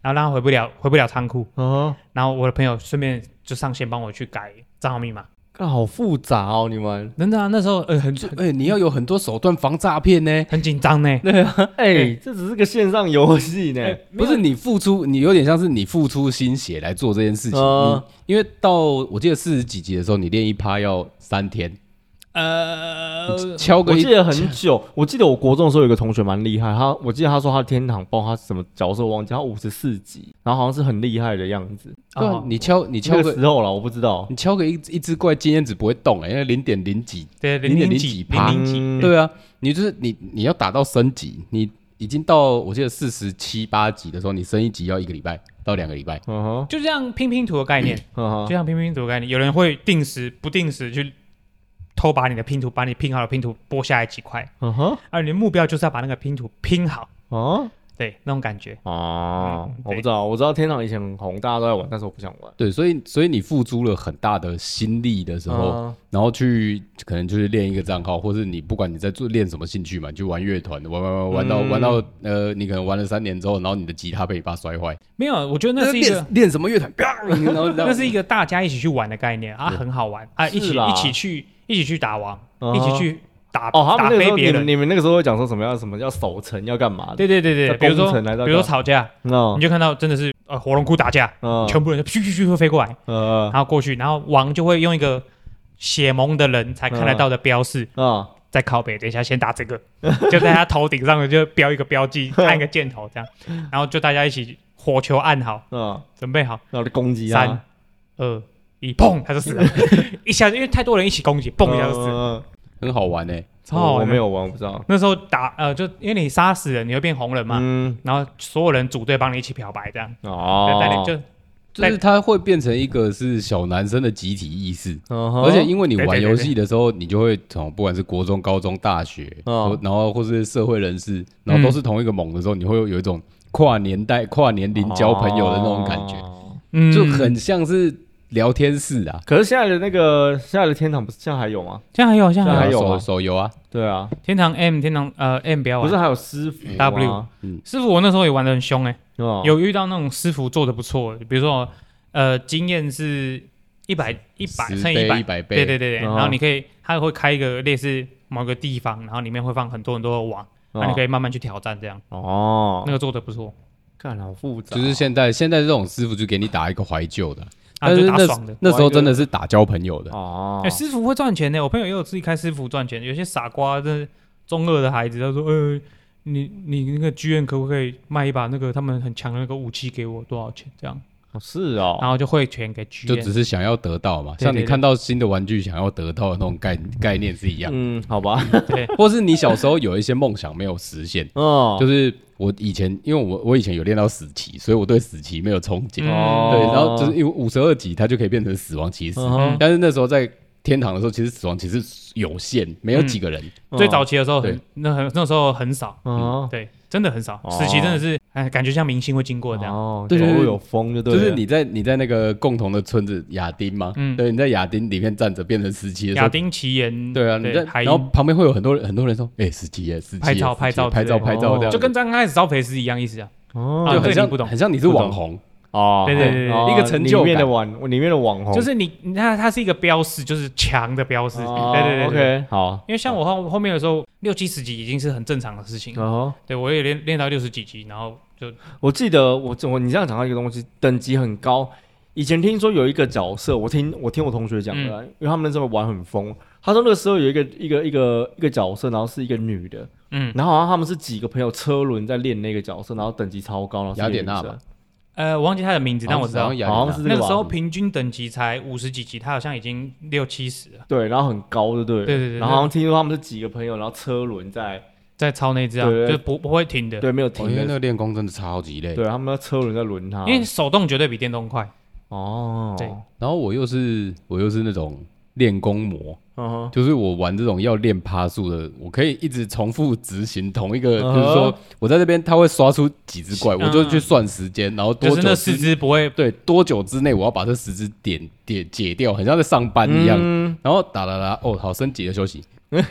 然后让他回不了回不了仓库，嗯，然后我的朋友顺便就上线帮我去改账号密码。 好复杂哦，你们真的啊，那时候呃很哎、欸，你要有很多手段防诈骗呢， 很紧张呢。 对啊，哎、欸，这只是个线上游戏呢，欸、 不是你付出，你有点像是你付出心血来做这件事情。呃、你因为到我记得四十几集的时候，你练一趴要三天。呃，敲个我记得很久。我记得我国中的时候有个同学蛮厉害，他我记得他说他天堂报他什么角色忘记，他五十四级，然后好像是很厉害的样子。 对、啊，你敲你敲个时候了，我不知道。 你敲个一一只怪经验值不会动哎、欸，因为零点零几， 对， 零点零几趴，对啊，你就是你你要打到升级，你已经到我记得四十七八级的时候，你升一级要一个礼拜到两个礼拜。 嗯、就这样拼拼图的概念，嗯、就像拼拼图的概念，有人会定时不定时去。偷把你的拼图，把你拼好的拼图剥下来几块，嗯哼，而你的目标就是要把那个拼图拼好，哦，对，那种感觉， 哦、嗯，我不知道，我知道天堂以前很红，大家都在玩，但是我不想玩， 对，所以所以你付出了很大的心力的时候，嗯、然后去可能就是练一个账号，或是你不管你在做练什么兴趣嘛，你去玩乐团，玩玩玩玩到、嗯、玩到呃，你可能玩了三年之后，然后你的吉他被你爸摔坏， 没有，我觉得那是一个练什么乐团，然后那是一个大家一起去玩的概念啊，很好玩啊，一起一起去。一起去打王， uh-huh. 一起去打哦， 他们那个时候你们你们那个时候会讲说什么要什么要守城要干嘛？ 对对对对，比如说比如说吵架， no. 你就看到真的是呃火龙窟打架， uh. 全部人就咻咻咻会飞过来， uh. 然后过去，然后王就会用一个血盟的人才看得到的标示， uh. 在靠北，等一下先打这个，就在他头顶上就标一个标记，按一个箭头这样，然后就大家一起火球按好， uh. 准备好， 然后就攻击他， 三二。一砰，他就死了，一下因为太多人一起攻击，砰一下就死了， 很好玩哎、欸， 超好玩。 我没有玩，我不知道。 那时候打呃，就因为你杀死人，你会变红人嘛，嗯，然后所有人组队帮你一起漂白这样，哦，带你就就是它会变成一个是小男生的集体意识，而且因为你玩游戏的时候，你就会从不管是国中、高中、大学，然后或是社会人士，然后都是同一个盟的时候，你会有一种跨年代、跨年龄交朋友的那种感觉，嗯，就很像是。聊天室啊， 可是现在的那个现在的天堂不是现在还有吗？ 现在还有，现在还有手手游啊， 对啊， 天堂 M 天堂呃 M 不要玩， 不是还有师傅 W，嗯，师傅我那时候也玩得很凶哎、欸哦，有遇到那种师傅做的不错，比如说呃经验是一百一百乘一百倍，对对对对、哦，然后你可以他会开一个类似某个地方，然后里面会放很多很多的网，那、哦、你可以慢慢去挑战这样，哦，那个做的不错， 看好复杂， 就是现在现在这种师傅就给你打一个怀旧的。 啊、 但是那就打爽的， 那时候真的是打交朋友的哦。哎、欸，师傅会赚钱的，我朋友也有自己开师傅赚钱。有些傻瓜，真的中二的孩子，他说：“呃，你你那个剧院可不可以卖一把那个他们很强的那个武器给我？多少钱？”这样。 哦，是哦。 然后就汇钱给剧院，就只是想要得到嘛，对对对，像你看到新的玩具想要得到的那种概概念是一样。 嗯，好吧。 对， 或是你小时候有一些梦想没有实现，哦，就是我以前因为我我以前有练到死棋，所以我对死棋没有憧憬。哦，对，然后就是因为五十二级它就可以变成死亡骑士，嗯，但是那时候在天堂的时候，其实死亡骑士有限，没有几个人。 嗯、最早期的时候很，那很那时候很少。嗯，对。真的很少，哦、死期真的是，哎，感觉像明星会经过这样。 哦，对，走路有风就对了。 就是你在你在那个共同的村子亚丁嘛，嗯，对，你在亚丁里面站着变成死期的时候， 亚丁奇岩， 对啊，你在，然后旁边会有很多很多人说，哎、欸，死期耶，死期， 拍照拍照拍照拍照这样， 就跟刚开始招肥师一样意思啊。 哦，就很像不懂，很像你是网红。 哦， 对对对， 哦、 一个成就感里面的网，里面的网红， 就是你，你看它是一个标识，就是强的标识。哦、对对对 ，OK， 好。 因为像我后后面的时候，六七十级已经是很正常的事情。哦，对我也练练到六十几级，然后就我记得我我你这样讲到一个东西，等级很高。以前听说有一个角色，我听我听我同学讲的、嗯，因为他们那时候玩很疯。他说那个时候有一个一个一个一个角色，然后是一个女的，嗯，然后好像他们是几个朋友车轮在练那个角色，然后等级超高，然后是雅典娜吧。 呃，我忘记他的名字，但我知道， 好像是那个时候平均等级才五十几级，他好像已经六七十了。 对，然后很高，对不对？ 对对对。 然后好像听说他们是几个朋友，然后车轮在在超那只啊，就不不会停的。 对，没有停的。 因为那个练功真的超级累。 对，他们的车轮在轮它， 因为手动绝对比电动快。 哦。 对。 然后我又是我又是那种练功魔。Uh-huh. 就是我玩这种要练趴数的，我可以一直重复执行同一个， uh-huh. 就是说我在这边他会刷出几只怪， uh-huh. 我就去算时间，然后多久就是那十只不会对多久之内我要把这十只点点解掉，很像在上班一样。嗯、然后打打打，哦，好升级了，休息。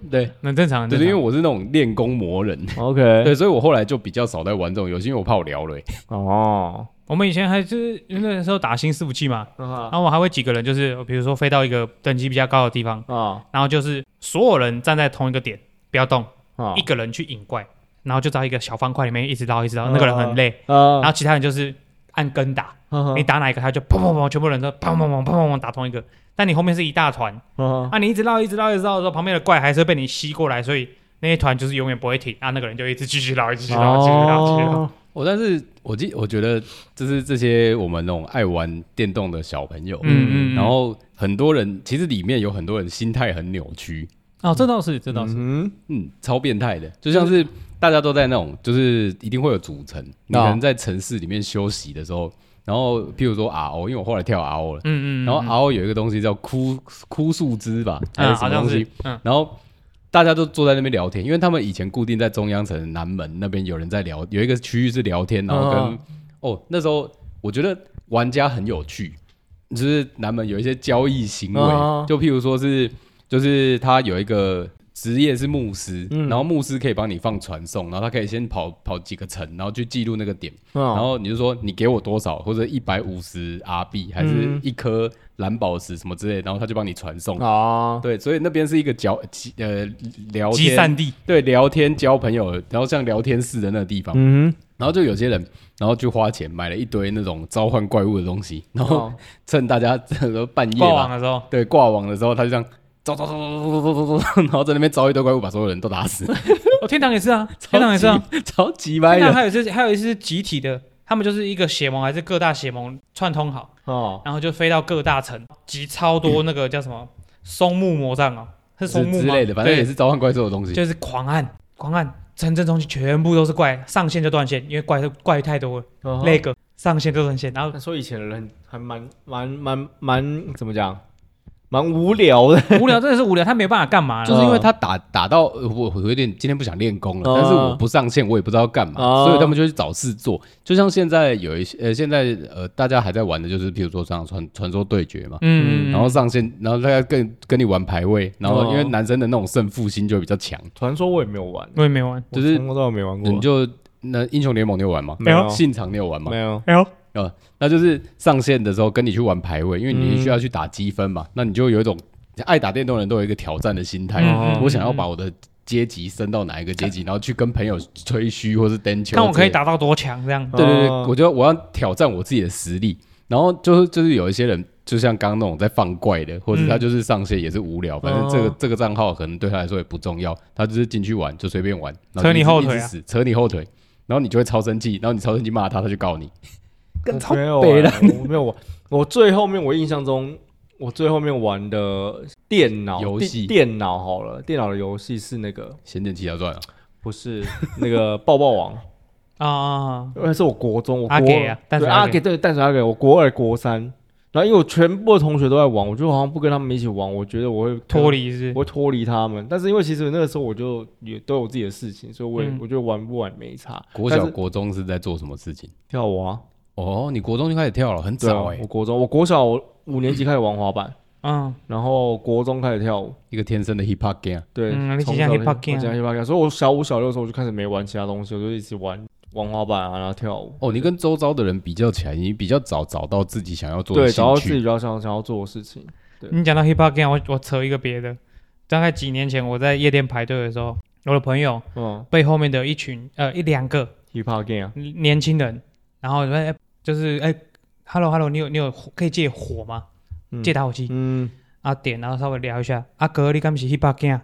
对， 很正常。 对，因为我是那种练功魔人。 OK， 对，所以我后来就比较少在玩这种游戏，因为我怕我聊了、欸。 哦，我们以前还就是那时候打新伺服器嘛，嗯、然后我还会几个人，就是比如说飞到一个等级比较高的地方，嗯、然后就是所有人站在同一个点，不要动，嗯、一个人去引怪，然后就在一个小方块里面一直绕一直绕，嗯、那个人很累，嗯、然后其他人就是按跟打，嗯、你打哪一个他就砰砰砰，全部人都砰砰砰砰砰砰打同一个。但你后面是一大团，嗯、啊，你一直绕一直绕一直绕的时候，旁边的怪还是会被你吸过来，所以那一团就是永远不会停啊，那个人就一直继续绕，继续绕，继续绕，继续绕。 我但是我记我觉得就是这些我们那种爱玩电动的小朋友，嗯嗯，然后很多人其实里面有很多人心态很扭曲哦，这倒是这倒是， 嗯嗯，超变态的，就像是大家都在那种就是一定会有组成，你可能在城市里面休息的时候。然后，譬如说 R O， 因为我后来跳 R O 了，嗯嗯，然后 R O 有一个东西叫枯枯树枝吧，还是什么东西？嗯，然后大家都坐在那边聊天，因为他们以前固定在中央城南门那边有人在聊，有一个区域是聊天，然后跟、嗯、哦那时候我觉得玩家很有趣，就是南门有一些交易行为，嗯、就譬如说是就是他有一个。职业是牧师，嗯、然后牧师可以帮你放传送，然后他可以先跑跑几个城，然后去记录那个点，哦、然后你就说你给我多少，或者一百五十 R B 还是一颗蓝宝石什么之类的，然后他就帮你传送。哦，对，所以那边是一个交呃聊天集散地， 对，聊天交朋友，然后像聊天室的那个地方。嗯，然后就有些人，然后就花钱买了一堆那种召唤怪物的东西，然后趁大家半夜挂网的时候， 对，挂网的时候他就这样。走走走走走走走，然后在那边招一堆怪物，把所有人都打死。 哦，天堂也是啊，天堂也是啊， 超级歪的。 天堂还有一次，还有一次是集体的，他们就是一个血盟还是各大血盟串通好，哦，然后就飞到各大城，集超多那个叫什么松木魔杖啊，是松木之类的，反正也是召唤怪兽的东西， 就是狂按狂按，城镇中心全部都是怪，上线就断线，因为怪怪太多了，那个上线就断线。然后说以前的人还蛮蛮蛮蛮怎么讲？蛮无聊的， 无聊真的是无聊，他没办法干嘛， 就是因为他打打到我我有点今天不想练功了，嗯、但是我不上线，我也不知道干嘛，嗯、所以他们就去找事做。就像现在有一些呃，现在呃大家还在玩的就是，譬如说像传传说对决嘛，嗯，然后上线，然后大家跟跟你玩排位，然后因为男生的那种胜负心就比较强。 传说我也没有玩， 我也没玩， 就是我都没玩过。 你就那英雄联盟你有玩吗？ 没有。 信长你有玩吗？ 没有， 没有。 呃，那就是上线的时候跟你去玩排位，因为你需要去打积分嘛，嗯、那你就有一种。爱打电动的人都有一个挑战的心态，嗯、我想要把我的阶级升到哪一个阶级，然后去跟朋友吹嘘或是登球， 看我可以打到多强这样。 对对对，我觉得我要挑战我自己的实力。然后就是就是有一些人，就像刚刚那种在放怪的，或者他就是上线也是无聊，嗯、反正这个这个账号可能对他来说也不重要，他就是进去玩就随便玩， 扯你后腿啊， 扯你后腿，然后你就会超生气，然后你超生气骂他，他就告你。 更超北烂，我没有玩，我最后面我印象中。我最后面玩的电脑游戏， 电脑好了，电脑的游戏是那个《 仙剑奇侠传》啊， 不是那个爆爆王啊，那是我国中，我国阿给啊， 对阿给对淡水阿给，我国二国三，然后因为我全部的同学都在玩，我就好像不跟他们一起玩，我觉得我会脱离是， 我会脱离他们，但是因为其实那个时候我就也都有自己的事情，所以我也、嗯、我觉得玩不玩没差。 国小国中是在做什么事情？ 跳舞啊。 哦，你国中就开始跳了，很早哎、欸啊。 我国中，我国小我五年級开始玩滑板，嗯，然后国中开始跳舞， 一个天生的 hip hop game。 对， 嗯，你讲 hip hop game， 我讲 hip hop game， 所以我小五小六的时候我就开始没玩其他东西，我就一直玩玩滑板啊，然后跳舞。 哦，你跟周遭的人比较起来，你比较早找到自己想要做的兴趣， 对，找到自己比较想想要做的事情。对， 你讲到 hip hop game， 我我扯一个别的，大概几年前我在夜店排队的时候，我的朋友，嗯，被后面的一群呃一两个 hip hop game 啊年轻人，然后哎。就是哎 ，hello hello， 你有你有可以借火吗？嗯、借打火机，嗯，啊点，然后稍微聊一下。啊哥，你敢不是 hip hop gang？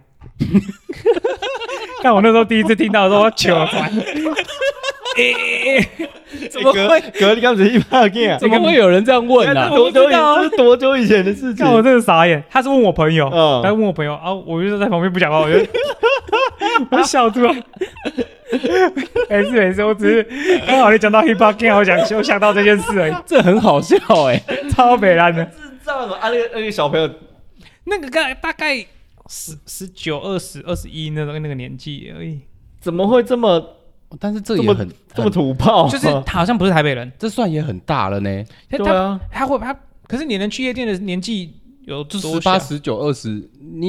看我那时候第一次听到的时候，我糗翻。 怎么会？哥，你敢不是 hip hop gang？ 怎么会有人这样问啊？ 多久以前？这是多久以前的事情？ 看我真的傻眼。他是问我朋友，嗯、他问我朋友啊，我就在旁边不讲话，我就我就笑出来。没事没事，我只是刚好你讲到 hip hop game， 我想我想到这件事而已。 这很好笑哎、 欸，超北烂的。 是这样的啊，那个那个小朋友， 那个大大概十十九、二十、二十一那个那个年纪而已， 怎么会这么？ 但是这也很这么土炮， 就是他好像不是台北人， 这算也很大了呢。 对啊， 他会他，可是你能去夜店的年纪有十八、十九、二十，你已经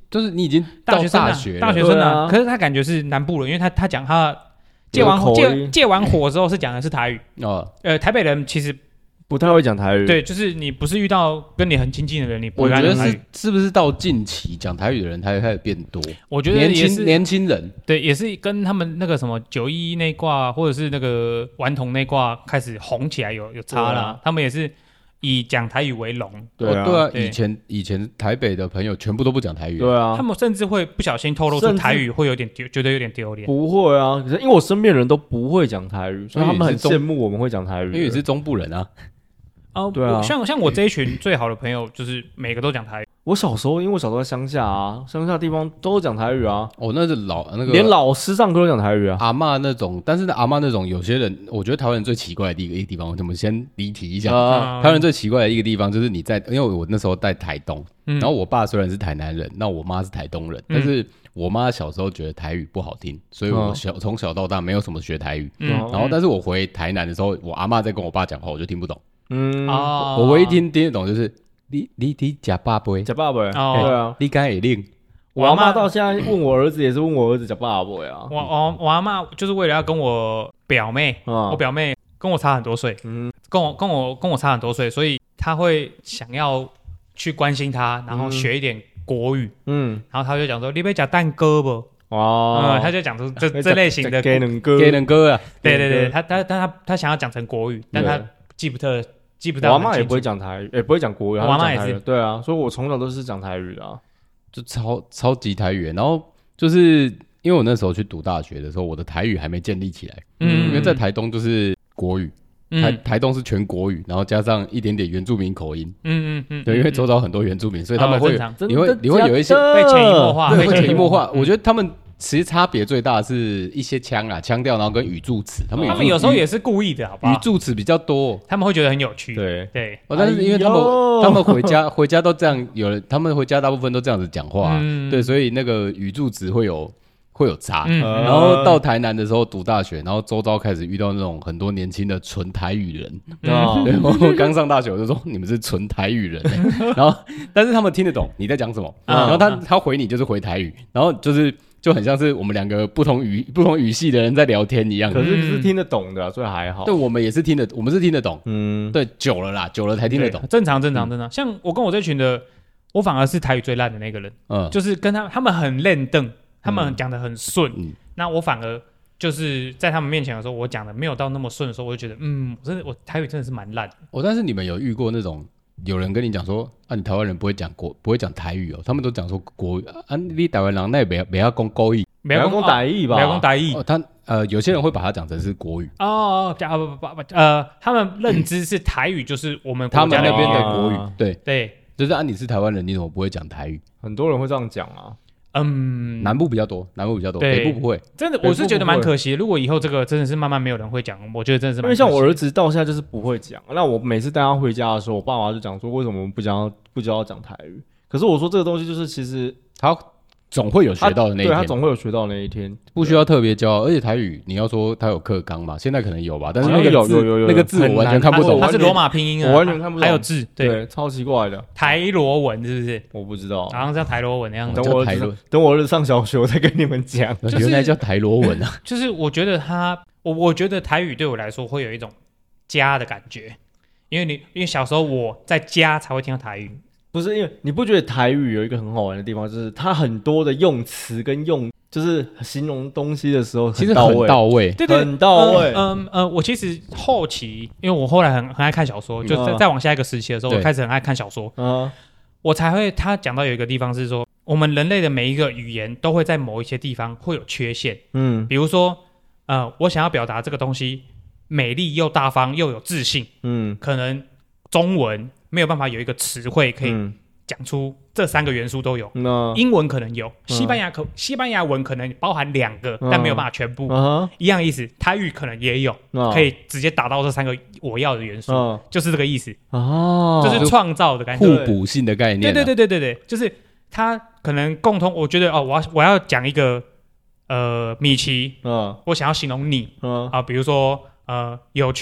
就是你已经到大学大学了大学生啊， 啊可是他感觉是南部人，因为他他讲他戒完戒戒完火之后是讲的是台语哦，呃，台北人其实不太会讲台语， 对，就是你不是遇到跟你很亲近的人，你不会讲台语。 我觉得是是不是到近期讲台语的人才开始变多？ 我觉得也是年轻人， 对，也是跟他们那个什么九一一那挂，或者是那个顽童那挂开始红起来有有差啦、啊。他们也是以讲台语为荣。 对啊， 对啊，以前以前台北的朋友全部都不讲台语， 对啊， 他们甚至会不小心透露出台语，会有点丢，觉得有点丢脸。 不会啊，可是因为我身边的人都不会讲台语，所以他们很羡慕我们会讲台语， 因为你是中部人啊。 哦，对啊，像像我这一群最好的朋友，就是每个都讲台语。 我小时候，因为我小时候在乡下啊，乡下地方都讲台语啊。 哦，那是老那个， 连老师上课都讲台语啊。 阿嬷那种，但是阿嬷那种，有些人，我觉得台湾人最奇怪的第一个一个地方，我们先离题一下。啊、台湾人最奇怪的一个地方，就是你在，因为我那时候在台东，嗯、然后我爸虽然是台南人，那我妈是台东人，嗯、但是我妈小时候觉得台语不好听，所以我小从小到大没有什么学台语。嗯、然后，但是我回台南的时候，我阿嬷在跟我爸讲话，我就听不懂。嗯，哦、我唯一听听得懂就是你你你假爸爸， 假爸爸， 哦、 对啊， 你敢会令？ 我阿妈到现在问我儿子，也是问我儿子假爸爸啊。 我我我阿妈就是为了要跟我表妹，嗯、我表妹跟我差很多岁，嗯，跟我跟我跟我差很多岁，所以他会想要去关心他，然后学一点国语，嗯，然后他就讲说你要讲蛋糕不？哦、嗯，他就讲出这这类型的给能歌， 给能歌啊， 对对对，他他他他想要讲成国语，但他记不特记不到。 我阿妈也不会讲台语，也不会讲国语， 我阿妈也是。 对啊，所以我从小都是讲台语的、啊， 就超超级台语。然后就是因为我那时候去读大学的时候，我的台语还没建立起来，嗯，因为在台东就是国语，嗯、台台东是全国语，然后加上一点点原住民口音，嗯嗯嗯，对，因为周遭很多原住民，所以他们会，哦、你会你会有一些被潜移默化， 对，会潜移默化。我觉得他们。其实差别最大的是一些腔啦、腔调，然后跟语助词，他们他们有时候也是故意的，好不好？ 语助词比较多， 他们会觉得很有趣。 对对、 哦，但是因为他们、哎、他们回家回家都这样，有人他们回家大部分都这样子讲话、啊嗯，对，所以那个语助词会有会有差。嗯、然后到台南的时候读大学，然后周遭开始遇到那种很多年轻的纯台语人。嗯、对，我刚上大学我就说你们是纯台语人、欸，然后但是他们听得懂你在讲什么，嗯、然后他他回你就是回台语，然后就是。就很像是我们两个不同语不同语系的人在聊天一样， 可是是听得懂的、啊，所以还好。 对，我们也是听得，我们是听得懂。嗯，对，久了啦，久了才听得懂。 正常，正常，正常。嗯、像我跟我这群的，我反而是台语最烂的那个人。嗯，就是跟他他们很练邓，他们讲得很顺、嗯。那我反而就是在他们面前的时候，我讲的没有到那么顺的时候，我就觉得，嗯，我真的我台语真的是蛮烂的。 哦，但是你们有遇过那种？有人跟你讲说啊，你台湾人不会讲国不会讲台语哦，他们都讲说国语啊，你台湾人那也没没要讲国语， 没要讲台语吧？ 没要讲台语。 哦，他呃，有些人会把它讲成是国语哦，不不不不呃，他们认知是台语就是我们他们那边的国语，对对， 就是啊，你是台湾人，你怎么不会讲台语？ 很多人会这样讲啊。 嗯， 南部比较多，南部比较多，北部不会。 真的，我是觉得蛮可惜的。如果以后这个真的是慢慢没有人会讲，我觉得真的是蛮可惜的。 因为像我儿子到现在就是不会讲，那我每次带他回家的时候，我爸妈就讲说，为什么我们不教不教他讲台语？可是我说这个东西就是其实他总会有学到的那一天， 对他总会有学到的那一天， 不需要特别教。而且台语你要说他有课纲嘛，现在可能有吧，但是那个字有有有有那个字我完全看不懂， 它是罗马拼音啊， 我完全看不懂， 还有字， 对，超奇怪的台罗文是不是？ 我不知道， 好像像台罗文那样。 等我等我儿子上小学，我再跟你们讲， 原来叫台罗文啊。 就是我觉得他，我我觉得台语对我来说会有一种家的感觉，因为你因为小时候我在家才会听到台语。 不是因为你不觉得台语有一个很好玩的地方，就是它很多的用词跟用，就是形容东西的时候其实很到位， 对对， 很到位。 嗯嗯呃，我其实后期，因为我后来很很爱看小说，就再再往下一个时期的时候，我开始很爱看小说。嗯，我才会他讲到有一个地方是说，我们人类的每一个语言都会在某一些地方会有缺陷。嗯，比如说，呃，我想要表达这个东西美丽又大方又有自信，嗯，可能中文没有办法有一个词汇可以讲出这三个元素都有，嗯、英文可能有，西班牙可、嗯、西班牙文可能包含两个，嗯、但没有办法全部，嗯、一样意思。台语可能也有，嗯、可以直接达到这三个我要的元素，嗯、就是这个意思。哦，就是创造的感觉， 互补性的概念、啊。 对对对对对对，就是它可能共通。我觉得哦，我要我要讲一个呃米奇，嗯，我想要形容你，嗯啊，比如说呃有趣。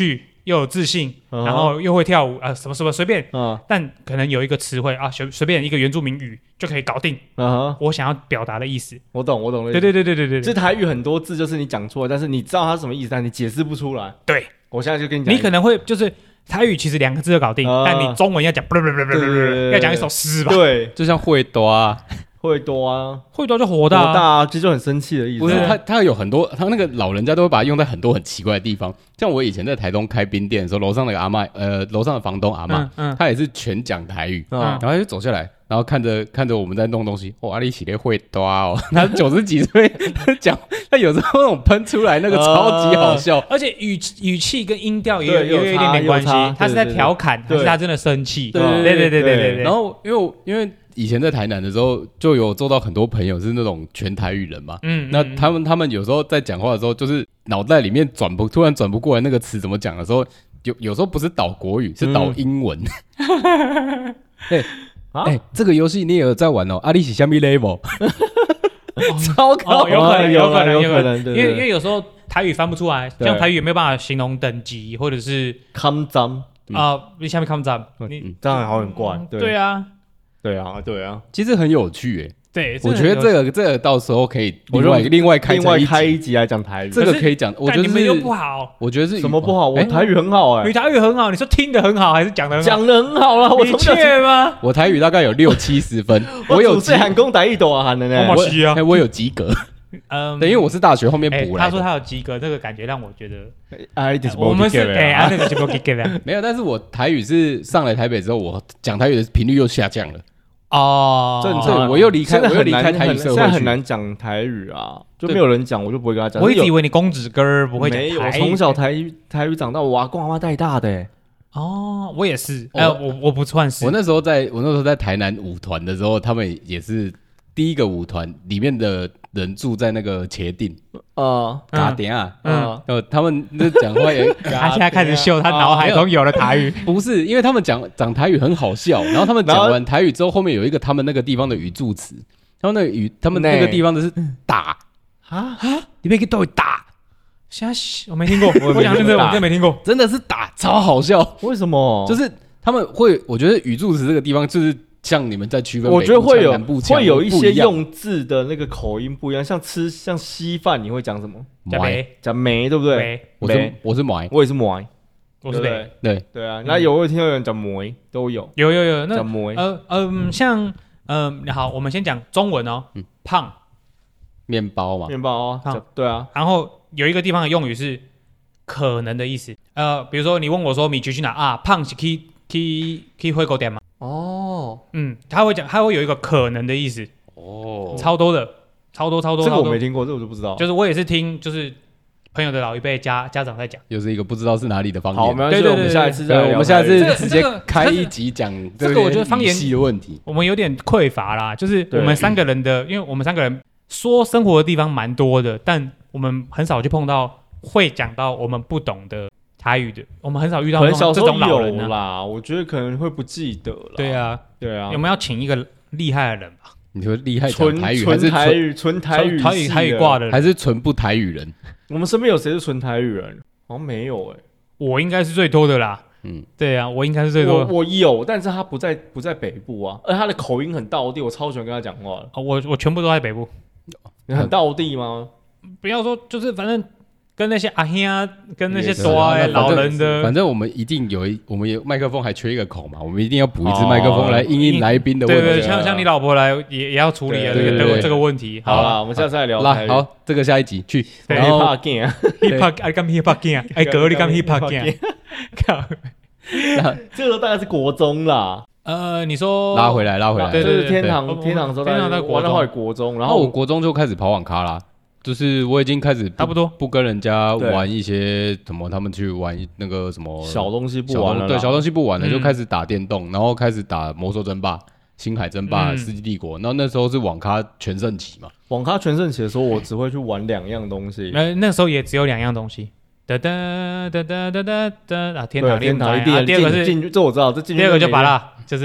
又有自信，嗯、然后又会跳舞啊、呃，什么什么随便，嗯、但可能有一个词汇啊，随随便一个原住民语就可以搞定。嗯、我想要表达的意思， 我懂，我懂了。 对对对对对对， 这台语很多字就是你讲出来，但是你知道它是什么意思，但你解释不出来。 对， 我现在就跟你讲， 你可能会就是台语其实两个字就搞定，嗯、但你中文要讲，要讲一首诗吧？ 对， 就像会多啊。 会多啊， 会多就火大、啊， 火大、啊，这就很生气的意思。 不是他，他有很多，他那个老人家都会把它用在很多很奇怪的地方。像我以前在台东开冰店的时候，楼上那个阿嬷，呃，楼上的房东阿嬷，嗯嗯、他也是全讲台语，嗯、然后他就走下来，然后看着看着我们在弄东西，哇、哦，阿里起来会多哦，他九十几岁讲，他有时候那种喷出来那个超级好笑， 呃、而且语语气跟音调也有也有一点点关系，他是在调侃，还是他真的生气？ 对对对对对, 对, 对。 然后因为因为。以前在台南的时候，就有做到很多朋友是那种全台语人嘛。嗯，那他们他们有时候在讲话的时候，就是脑袋里面转不突然转不过来那个词怎么讲的时候，有有时候不是导国语，是导英文。哎哎，这个游戏你也有在玩哦？阿里是虾米 level？ 超高、 哦，有可能，有可能，有可能， 因为因为有时候台语翻不出来，像台语也没有办法形容等级或者是康章啊，你下面康章， 你这样好很怪。 对啊。 对啊，对啊， 其实很有趣诶。 对， 我觉得这个这个到时候可以另外另外开另外开一集来讲台语， 这个可以讲。我觉得你们又不好， 我觉得是什么不好？我台语很好哎， 你台语很好，你说听得很好还是讲得很好？ 讲得很好啦，我你确吗？ 我台语大概有六七十分，我有最喊公台语多啊喊的呢， 我我有及格。嗯，等于我是大学后面补来的。 他说他有及格，这个感觉让我觉得， 我们是哎，阿那是不及格的。 没有，但是我台语是上来台北之后，我讲台语的频率又下降了。 哦， 正常， 我又离开，我又离开台语社会， 现在很难讲台语啊，就没有人讲，我就不会跟他讲。 我一直以为你公子哥儿不会讲台语， 没有，我从小台语台语长大，我阿公阿妈带大的。 哦，我也是，哎，我我不算是。 我那时候在，我那时候在台南舞团的时候，他们也是第一个舞团里面的人住在那个茄定。呃，嘎点啊，嗯，呃，他们那讲话也， 他现在开始秀他脑海中有了台语， 不是，因为他们讲讲台语很好笑，然后他们讲完台语之后，后面有一个他们那个地方的语助词，他们那个语，他们那个地方的是打啊啊，你别给逗打， 现在我没听过，我讲真的，我真的没听过， 真的是打，超好笑， 为什么？ 就是他们会，我觉得语助词这个地方就是。像你们在区分， 我觉得会有会有一些一用字的那个口音不一样。像吃像稀饭，你会讲什么？ 讲梅， 讲梅，对不对？ 我是我是梅， 我也是梅， 我是梅， 对对啊。那有会听到有人讲梅，都有， 有有有。那讲梅， 呃嗯，像嗯好，我们先讲中文哦。胖， 面包嘛， 面包啊，胖，对啊。 然后有一个地方的用语是可能的意思，呃，比如说你问我说米奇去哪啊？胖是去去去火锅店吗？哦，嗯，他会讲，他会有一个可能的意思，哦，超多的，超多超多， 这个我没听过，这个我就不知道。 就是我也是听，就是朋友的老一辈家家长在讲， 又是一个不知道是哪里的方言。 好，没关系，我们下一次再聊。 我们下次直接开一集讲这个，我觉得方言系的问题， 我们有点匮乏啦。就是我们三个人的，因为我们三个人说生活的地方蛮多的，但我们很少去碰到会讲到我们不懂的。台语的，我们很少遇到这种老人、啊、 有啦，我觉得可能会不记得了。 对啊， 对啊， 有没有请一个厉害的人吧？ 你说厉害讲台语还是台语纯台语台语台语挂的人， 还是纯不台语人？ 我们身边有谁是纯台语人？好像没有哎、欸， 我应该是最多的啦。嗯，对啊，我应该是最多的。 我, 我有，但是他不在不在北部啊，而他的口音很道地，我超喜欢跟他讲话的。 哦、我我全部都在北部。 你很道地吗？ 不要说，就是反正。跟那些阿兄跟那些多的老人的， 反正我们一定有一，我们有麦克风还缺一个口嘛，我们一定要补一支麦克风来应应来宾的问题。 对对，像像你老婆来也也要处理啊这个这个问题。 好了，我们下次再聊。 来，好，这个下一集去。 然后 hip hop hip hop， 哎，干 hip hop 干，哎，哥你干 hip hop 干，靠， 这个时候大概是国中啦。 呃，你说拉回来拉回来， 对对，天堂天堂的时候， 天堂在国中， 国中， 然后我国中就开始跑网咖啦。就是我已经开始差不多不跟人家玩一些什么，他们去玩那个什么小东西不玩了， 对，小东西不玩了，就开始打电动，然后开始打魔兽争霸、星海争霸、世纪帝国。然后那时候是网咖全盛期嘛， 网咖全盛期的时候，我只会去玩两样东西。 呃，那时候也只有两样东西，哒哒哒哒哒哒哒啊，天堂天堂一定。 第二个是进，这我知道，这第二个就拔了，就是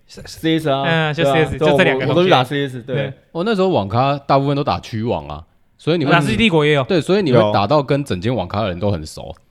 C S 啊， 嗯，就 C S，就这两个， 我都去打 C S。对， 我那时候网咖大部分都打区网啊。所以你会打世纪帝国也有， 对，所以你会打到跟整间网咖的人都很熟，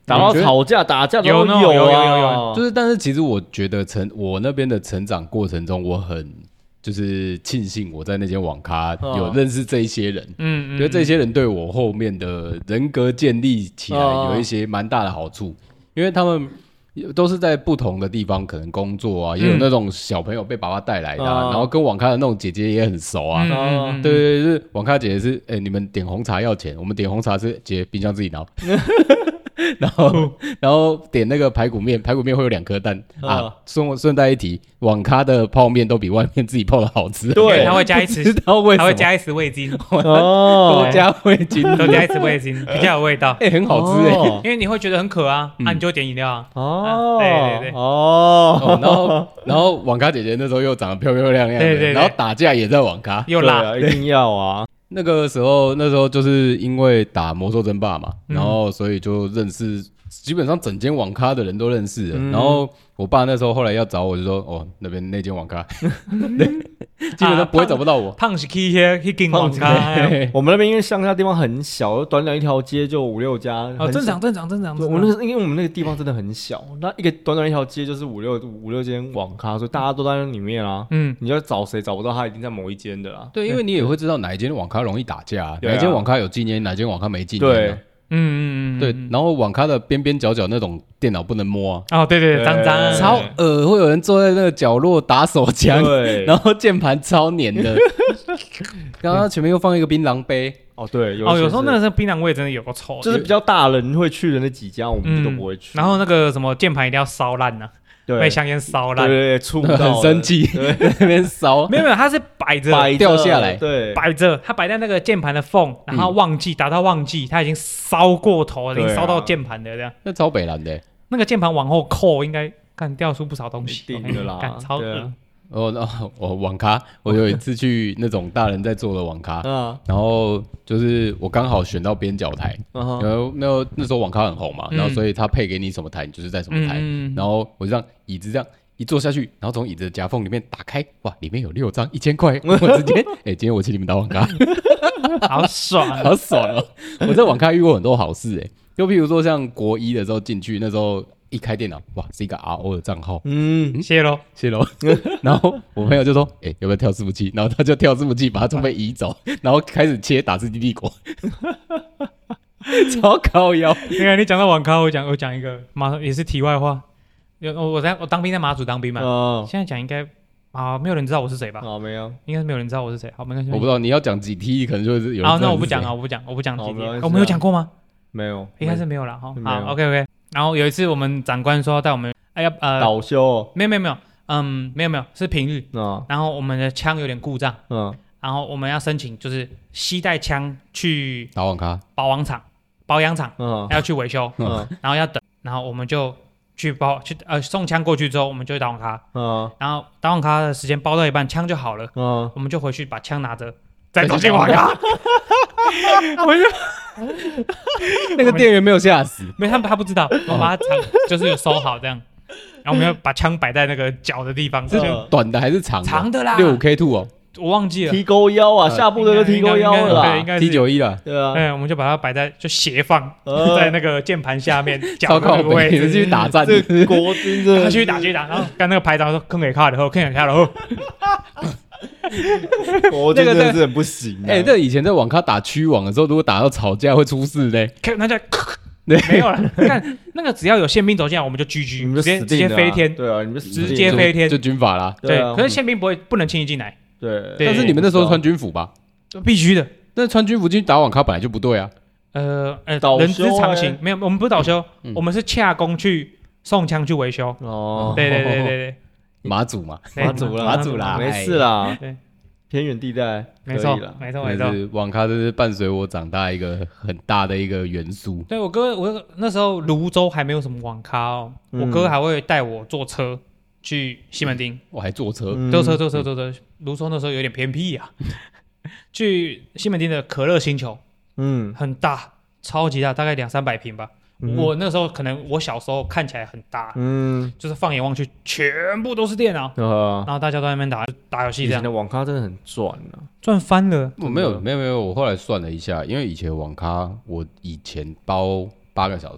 打到吵架打架都有有有有有有， 就是但是其实我觉得成我那边的成长过程中，我很就是庆幸我在那间网咖有认识这一些人，嗯，觉得这些人对我后面的人格建立起来有一些蛮大的好处，因为他们都是在不同的地方可能工作啊，也有那种小朋友被爸爸带来的、啊，然后跟网咖的那种姐姐也很熟啊，对对对，就是网咖姐姐是，哎、欸，你们点红茶要钱，我们点红茶是姐冰箱自己拿。然后，然后点那个排骨面，排骨面会有两颗蛋啊。顺顺带一提，网咖的泡面都比外面自己泡的好吃。 对，他会加一匙， 他会加一匙味精， 哦，多加味精， 多加一匙味精，比较有味道。 哎，很好吃哎， 因为你会觉得很渴啊，啊，你就会点饮料啊。 哦， 对对对， 哦， 然后，然后网咖姐姐那时候又长得漂漂亮亮的， 对对， 然后打架也在网咖， 又辣， 一定要啊。 那个时候，那时候就是因为打魔兽争霸嘛，然后所以就认识，基本上整间网咖的人都认识了。嗯、然后我爸那时候后来要找我，就说：“哦，那边那间网咖，基本上不会找不到我。” 胖是去那那间网咖， 我们那边因为乡下地方很小，短短一条街就五六家。 哦，正常正常正常。 我们那因为我们那个地方真的很小，那一个短短一条街就是五六五六间网咖，所以大家都在那里面啊。嗯，你要找谁找不到，他一定在某一间的啦。 对，因为你也会知道哪一间网咖容易打架、啊，哪一间网咖有禁烟，哪一间网咖没禁烟、啊。 对。 嗯嗯嗯， 对，然后网咖的边边角角那种电脑不能摸啊，哦对对对，脏脏， 超恶，会有人坐在那个角落打手枪，对，然后键盘超黏的，然后前面又放一个槟榔杯， 哦对， 哦有时候那个时候槟榔味真的有个臭， 就是比较大人会去的那几家，我们都不会去。 然后那个什么键盘一定要烧烂呐。被香烟烧烂， 对对，触到很生气，在那边烧。 没有没有，它是摆着掉下来， 对， 摆着，它摆在那个键盘的缝，然后忘记打到忘记，它已经烧过头了，已经烧到键盘的这样。 那超北蓝的， 那个键盘往后扣，应该干掉出不少东西， 定的啦， 干超恶。 哦，那我网咖，我有一次去那种大人在做的网咖，然后就是我刚好选到边角台，然后那那时候网咖很红嘛，然后所以他配给你什么台，你就是在什么台，然后我就这样椅子这样一坐下去，然后从椅子的夹缝里面打开，哇，里面有六张一千块，我直接，哎，今天我请你们打网咖， 好爽， 好爽哦！我在网咖遇过很多好事，哎，就譬如说像国一的时候进去，那时候。一开电脑，哇，是一个 R O 的账号， 嗯，谢喽， 谢喽。然后我朋友就说：“哎、欸，要不要跳伺服器？”然后他就跳伺服器，把他装备移走，然后开始切打字帝国，超靠腰。 你看，你讲到网咖，我讲我讲一个马也是题外话。有我在我当兵在马祖当兵嘛，哦、现在讲应该啊，没有人知道我是谁吧？ 哦，没有， 应该是没有人知道我是谁。好，没关系。 我不知道你要讲几 T， 可能就是有人。 好，那我不讲啊，我不讲，我不讲几 T。我们有讲过吗？ 没有， 应该是没有了哈。好 ，OK OK。然后有一次我们长官说带我们，哎呀呃， 倒休、哦， 没有没有没有，嗯，没有没有，是平日。嗯。然后我们的枪有点故障，嗯。然后我们要申请，就是携带枪去打网咖、 保养厂、保养厂，嗯，要去维修，嗯，然后要等，然后我们就去包去呃送枪过去之后，我们就去打网咖，嗯，然后打网咖的时间包到一半，枪就好了，嗯，我们就回去把枪拿着，再走进网咖，我们就。 那个店员没有吓死， 没他他不知道，我把它藏，就是有收好这样，然后我们要把枪摆在那个脚的地方， 是短的还是长的？ 长的啦， 六五 K two 哦， 我忘记了， 提钩腰啊，下部队都提钩腰了啦， 对，应该是 T 九一了， 对啊， 对，我们就把它摆在就斜放在那个键盘下面， 脚那个位置去打战， 这国军的， 他去打去打，然后跟那个排长说坑给卡的后，坑给卡的后。 我真的是很不行。 哎、欸，这以前在网咖打区网的时候，如果打到吵架会出事嘞。 那就没有了。看那个，只要有宪兵走进来，我们就 G G， 直接直接飞天。 对啊，你们直接飞天就军法啦。 对，可是宪兵不会不能轻易进来。 对， 但是你们那时候穿军服吧？ 必须的。 那穿军服进去打网咖本来就不对啊。 呃呃，人之常情。没有，我们不是倒休，我们是洽公去送枪去维修。哦，对对对对对。 马祖嘛， 马祖啦， 马祖啦， 没事啦。对。偏远地带， 没错，没错，没错。 网咖就是伴随我长大一个很大的一个元素。 对我哥，我那时候泸州还没有什么网咖哦，嗯、我哥还会带我坐车去西门町。 我还坐车， 嗯、坐车，坐车，坐车。泸州那时候有点偏僻啊，去西门町的可乐星球，嗯，很大，超级大，大概两三百平吧。嗯、我那时候可能我小时候看起来很大，嗯，就是放眼望去全部都是电脑，嗯、然后大家都在那边打打游戏这样。 以前的网咖真的很赚啊， 赚翻了。 我没有没有没有，我后来算了一下，因为以前网咖我以前包八个小时，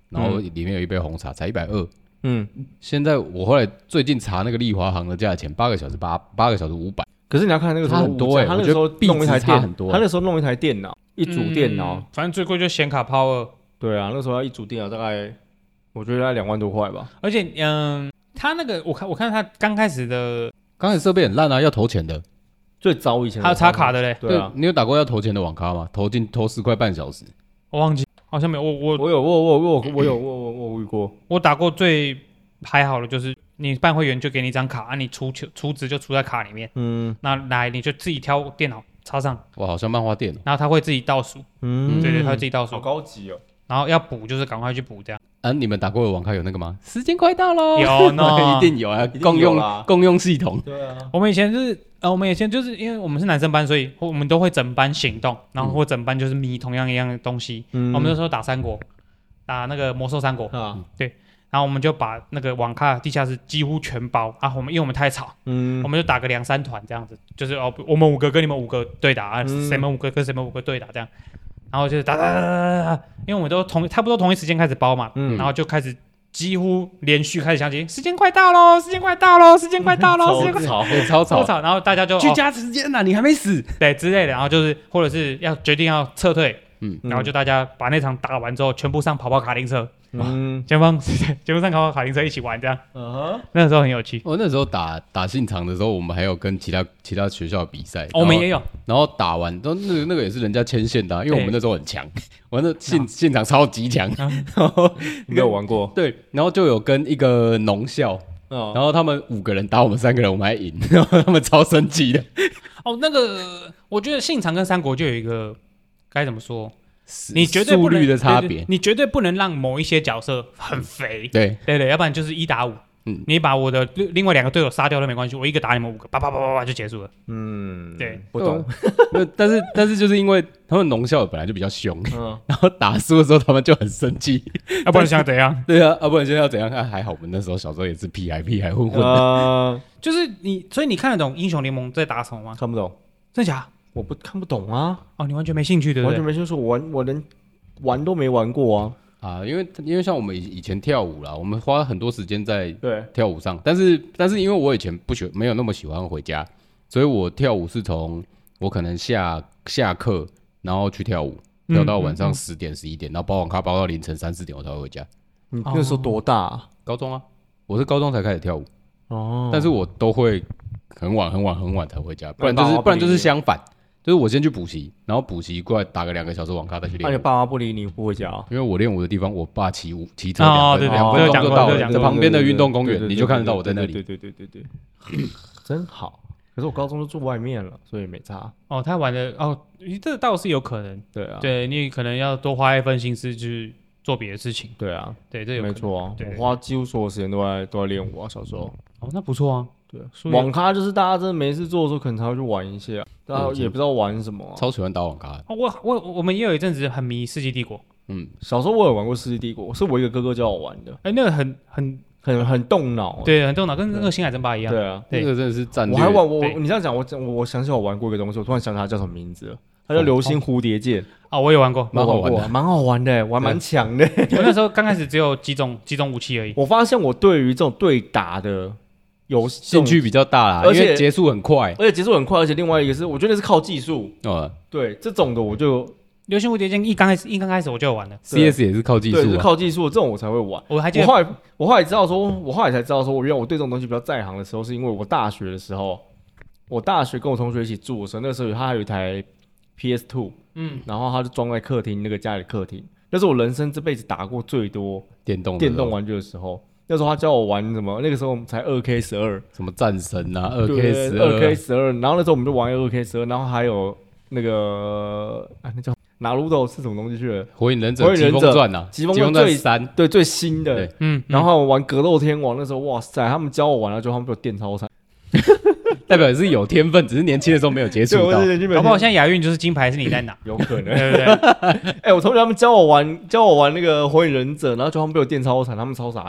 然后里面有一杯红茶，才一百二。嗯，现在我后来最近查那个丽华行的价钱，八个小时八八个小时五百。 可是你要看那个时候很多哎、欸， 他那时候弄一台电很多、 他那时候弄一台电脑，一组电脑、 嗯，反正最贵就显卡 Power。 对啊，那时候要一组电脑大概，我觉得大概两万多块吧。 而且，嗯，他那个我看我看他刚开始的， 刚开始设备很烂啊，要投钱的。 最早以前还有插卡的嘞。 对啊， 你有打过要投钱的网咖吗？投进投十块半小时。 我忘记，好像没有。我我我有我我我我有我我我遇过。 我打过最还好的就是你办会员就给你一张卡，啊，你出出值就出在卡里面。嗯，那来你就自己挑电脑插上。 哇，好像漫画店、哦。 然后他会自己倒数。嗯，对对，他会自己倒数。 好高级哦。 然后要补就是赶快去补这样。 啊，你们打过的网咖有那个吗？时间快到喽！ 有呢， 一定有啊，共用共用系统。 对啊， 我们以前就是呃，我们以前就是因为我们是男生班，所以我们都会整班行动，然后或整班就是迷同样一样的东西。嗯，我们那时候打三国，打那个魔兽三国啊，对，然后我们就把那个网咖地下室几乎全包啊。我们因为我们太吵，嗯，我们就打个两三团这样子，就是哦，我们五个跟你们五个对打啊，谁们五个跟谁们五个对打这样。然后就是打打打打打，因为我们都同差不多同一时间开始包嘛，嗯，然后就开始几乎连续开始响起，时间快到喽，时间快到喽，时间快到喽，时间快吵，超吵， 超吵，然后大家就去加时间了，你还没死， 对之类的，然后就是或者是要决定要撤退，嗯，然后就大家把那场打完之后，全部上跑跑卡丁车，嗯，前方全部上跑跑卡丁车一起玩这样，嗯哼，那个时候很有趣。 我那时候打打信场的时候，我们还有跟其他其他学校比赛， 我们也有。 然后打完，然后那个那个也是人家牵线的、啊，因为我们那时候很强，我那现现场超级强。 你有玩过？ 对，然后就有跟一个农校，哦、然后他们五个人打我们三个人，我们还赢，然后他们超生气的。 哦，那个我觉得信场跟三国就有一个该怎么说？你绝对不能速率的差别， 你绝对不能让某一些角色很肥， 对对对，要不然就是一打五。嗯，你把我的另外两个队友杀掉都没关系，我一个打你们五个，叭叭叭叭叭就结束了。嗯，对， 不懂。 但是但是就是因为他们农校本来就比较凶，嗯，然后打输的时候他们就很生气， 要、啊、不然想怎样？ 对啊，要、啊、不然现在要怎样？啊，还好我们那时候小时候也是屁孩屁孩混混的、呃， 就是你，所以你看得懂英雄联盟在打什么吗？ 看不懂， 真假？ 我不看不懂啊。 哦，你完全没兴趣，对不对？ 完全没兴趣，我玩我连玩都没玩过啊。 啊，因为因为像我们以以前跳舞啦，我们花很多时间在跳舞上，但是但是因为我以前不喜没有那么喜欢回家，所以我跳舞是从我可能下下课然后去跳舞，跳到晚上十点十一点，然后包网咖包到凌晨三四点我才会回家。 你那时候多大、啊？ 高中啊，我是高中才开始跳舞哦，但是我都会很晚很晚很晚才回家，不然就是不然就是相反。就是我先去补习，然后补习过来打个两个小时网咖再去练。 那、啊、你爸妈不理你不回家、啊？ 因为我练舞的地方，我爸骑舞骑车两分两、哦、分钟就到了，在旁边的运动公园，你就看得到我在那里。 对对对对对对，真好。可是我高中就住外面了，所以没差。 哦，他玩的哦，这倒是有可能。 对啊， 对你可能要多花一份心思去做别的事情。 对啊， 对，这有没错啊。我花几乎所有时间都在都在练舞啊，小时候。 哦，那不错啊。 对，网咖就是大家真的没事做的时候，可能才会去玩一下，大家也不知道玩什么、啊。 超喜欢打网咖、 哦。我我我们也有一阵子很迷《世纪帝国》。 嗯，小时候我有玩过《世纪帝国》，是我一个哥哥教我玩的。 哎、欸，那个很很很很动脑。 对，很动脑，跟那个《星海争霸》一样。 对啊， 那个真的是战略。 我还玩我你这样讲，我我想起我玩过一个东西，我突然想起它叫什么名字了，它叫流星蝴蝶剑。 啊、哦，我也玩过， 蛮好玩的，蛮好玩的，我还蛮强的。 我那时候刚开始只有几种几种武器而已。 我发现我对于这种对打的。有兴趣比较大啦，而且结束很快， 而且结束很快，而且另外一个是，我觉得是靠技术。哦，对，这种的我就流星蝴蝶剑一刚开始一刚开始我就有玩了 ，C S 也是靠技术、啊， 对，是靠技术，这种我才会玩。 我还记得， 我后来我后来知道说，我后来才知道说，我原来我对这种东西比较在行的时候，是因为我大学的时候，我大学跟我同学一起住的时候，那个时候他还有一台 P S 二， 嗯，然后他就装在客厅那个家里客厅，那是我人生这辈子打过最多电动电动玩具的时候。那时候他教我玩什么？那个时候我们才二 K 十二， 什么战神啊，二 K 十二， 二 K 十二。然后那时候我们就玩二 K 十二，然后还有那个啊，那叫哪路斗是什么东西去了？ 火影忍者，疾风传啊， 疾风传最三，对，最新的。嗯，然后玩格斗天王，那时候哇塞，他们教我玩了，就他们被我电超惨。 代表是有天分，只是年轻的时候没有接触到。 搞不好现在亚运就是金牌是你在拿， 有可能，对不对？哎、欸，我同学他们教我玩，教我玩那个火影忍者，然后就他们被我电超惨，他们超傻眼。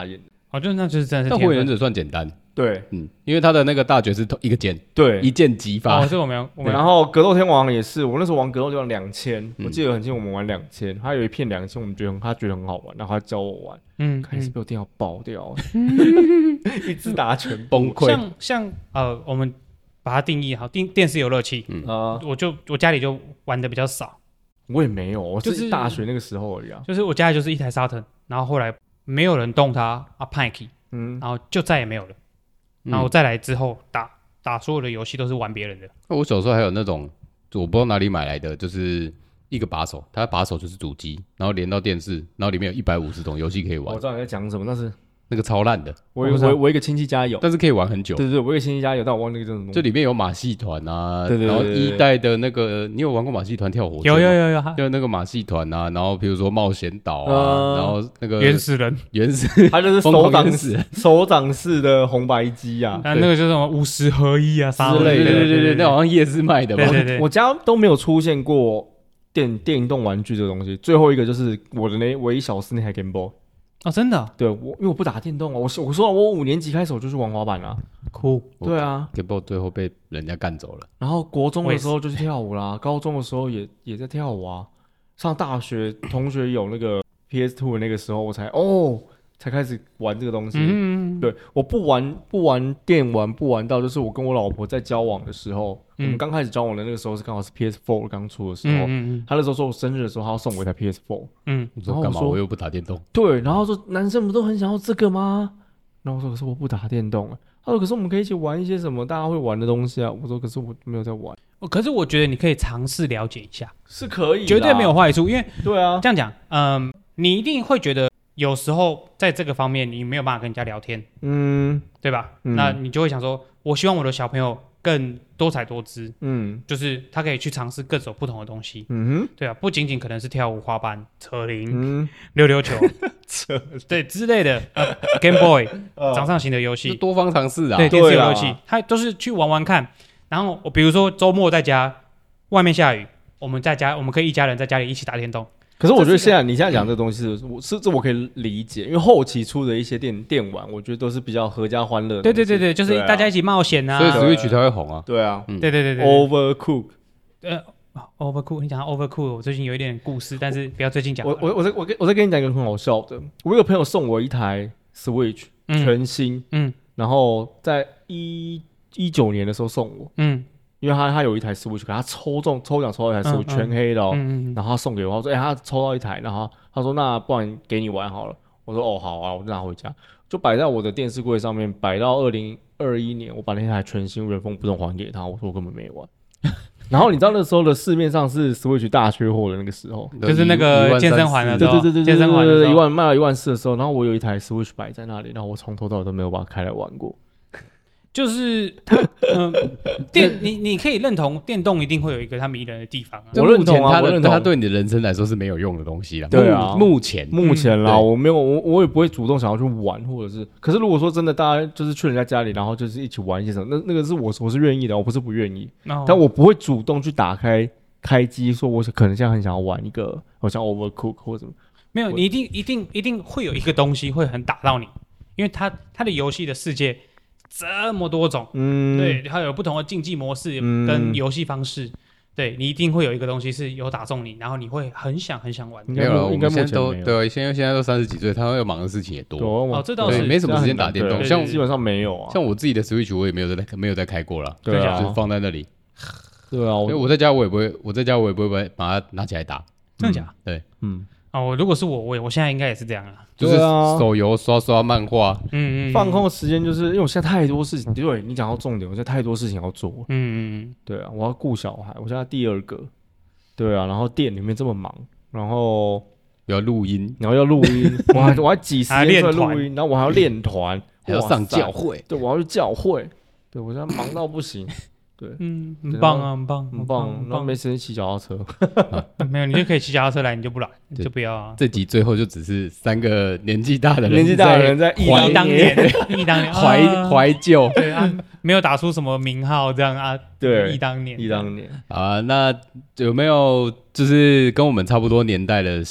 哦，就那就是真的是。 但火影忍者算简单。 对， 嗯，因为他的那个大绝是一个键， 对， 一键即发。 哦，这我没有，我没有。 然后格斗天王也是，我那时候玩格斗天王两千，我记得很清楚，我们玩两千，他有一片两千，我们觉得很他觉得很好玩，然后他教我玩，嗯，开始被我电脑爆掉，一直打拳崩溃。 像像呃，我们把它定义好，电电视游乐器，嗯啊，我就我家里就玩的比较少， 我也没有，我就是大学那个时候而已啊， 就是我家里就是一台 Saturn， 然后后来没有人动它啊，派 key， 嗯，然后就再也没有了。然后再来之后打打所有的游戏都是玩别人的。 我小时候还有那种，我不知道哪里买来的，就是一个把手，它把手就是主机，然后连到电视，然后里面有一百五十种游戏可以玩。 我知道你在讲什么，但是那个超烂的。 我我我我一个亲戚家有， 但是可以玩很久。 对对对，我一个亲戚家有，但我忘那个叫什么。 这里面有马戏团啊， 对对对， 然后一代的那个，你有玩过马戏团跳火车吗？有有有有， 就那个马戏团啊，然后比如说冒险岛啊，然后那个原始人， 原始， 他就是手掌式手掌式的红白机啊， 那那个就是什么五十合一啊之类的，对对对对，那好像夜市卖的吧？ 对对对， 我家都没有出现过电电动玩具这个东西。最后一个就是我的那唯一小四那台 Game Boy。 哦，真的、啊？ 对，我因为我不打电动啊，我我说我五年级开始我就去玩滑板了、啊， 酷。 对啊 ，Game Boy 最后被人家干走了。 然后国中的时候就去跳舞啦，高中的时候也也在跳舞啊。上大学同学有那个 P S 二 的那个时候，我才哦才开始玩这个东西。嗯，对，我不玩不玩电玩不玩到，就是我跟我老婆在交往的时候，嗯、我们刚开始交往的那个时候是刚好是 P S 四 刚出的时候，嗯嗯嗯，他那时候说我生日的时候，他要送我一台 P S 四。嗯， 我说干嘛？我又不打电动。 对，然后说男生不都很想要这个吗？然后我说可是我不打电动。他说可是我们可以一起玩一些什么大家会玩的东西啊。我说可是我没有在玩。 可是我觉得你可以尝试了解一下， 是可以， 绝对没有坏处。因为对啊， 这样讲，嗯，你一定会觉得。有时候在这个方面你没有办法跟人家聊天，嗯，对吧？嗯、那你就会想说，我希望我的小朋友更多彩多姿，嗯，就是他可以去尝试各种不同的东西，嗯哼，对啊，不仅仅可能是跳舞、滑板、扯铃、嗯、溜溜球，对之类的、呃、，Game Boy 掌上型的游戏， 多方尝试啊， 对，电视游戏，他都是去玩玩看。然后我比如说周末在家，外面下雨，我们在家，我们可以一家人在家里一起打电动。 可是我觉得现在你现在讲这个东西是，我是这我可以理解，因为后期出的一些电电玩，我觉得都是比较合家欢乐的。 对对对对，就是大家一起冒险啊， 所以 Switch 才会红啊。 对啊， 嗯、对对对对 ，Overcook， 呃 ，Overcook， 你讲到 Overcook， 我最近有一点故事，但是不要最近讲。 我我我再我我再跟你讲一个很好笑的，我有个朋友送我一台 Switch、嗯、全新，嗯，然后在一一九年的时候送我，嗯。因为他他有一台 Switch， 可他抽中抽奖抽到一台 Switch、嗯、全黑的、哦嗯嗯，然后他送给我，我说哎、欸，他抽到一台，然后他说那不然给你玩好了，我说哦好啊，我就拿回家，就摆在我的电视柜上面，摆到二零二一年，我把那台全新原封不动还给他，我说我根本没玩。然后你知道那时候的市面上是 Switch 大缺货的那个时候， 就是那个健身环的时候， 对对对对， 健身环的一万卖了一万四的时候，然后我有一台 Switch 摆在那里，然后我从头到尾都没有把它开来玩过。 就是它，嗯、呃，电你你可以认同电动一定会有一个它迷人的地方、啊。 我认同啊， 我认同， 它对你的人生来说是没有用的东西啦。 对啊， 目前目前啦，我没有，我我也不会主动想要去玩，或者是，可是如果说真的大家就是去人家家里，然后就是一起玩一些什么，那那个是我我是愿意的，我不是不愿意， oh. 但我不会主动去打开开机，说我可能现在很想要玩一个，好像 Overcook 或者什么。 没有，你一定一定一定会有一个东西会很打到你，因为它它的游戏的世界。这么多种，嗯，对，还有不同的竞技模式跟游戏方式，嗯、对你一定会有一个东西是有打中你，然后你会很想很想玩。 没有了，应该现在都对，现在现在都三十几岁，他要忙的事情也多， 哦，这倒是没什么时间打电动，像基本上没有啊。 像我自己的 Switch 我也没有在没有再开过了， 对啊， 就是放在那里。 对啊， 因为我在家我也不会，我在家我也不会把它拿起来打， 真的假的？ 对， 嗯。哦，如果是我，我我现在应该也是这样啊， 就是手游刷刷漫画， 嗯嗯，放空的时间就是因为我现在太多事情，对你讲到重点，我现在太多事情要做，嗯嗯，对啊，我要顾小孩，我现在第二个，对啊，然后店里面这么忙，然后要录音， 然后要录音，我还我还挤时间在录音，然后我还要练团， 还要上教会， 对，我要去教会，对我现在忙到不行。对， 嗯，很棒啊，很棒， 很棒。然后没时间骑脚踏车， 没有，你就可以骑脚踏车来，你就不来，你就不要啊。 这集最后就只是三个年纪大的人， 年纪大的人在忆当年，忆当年， 怀怀旧， 对啊，没有打出什么名号这样啊， 对， 忆当年， 忆当年。 啊，那有没有就是跟我们差不多年代的？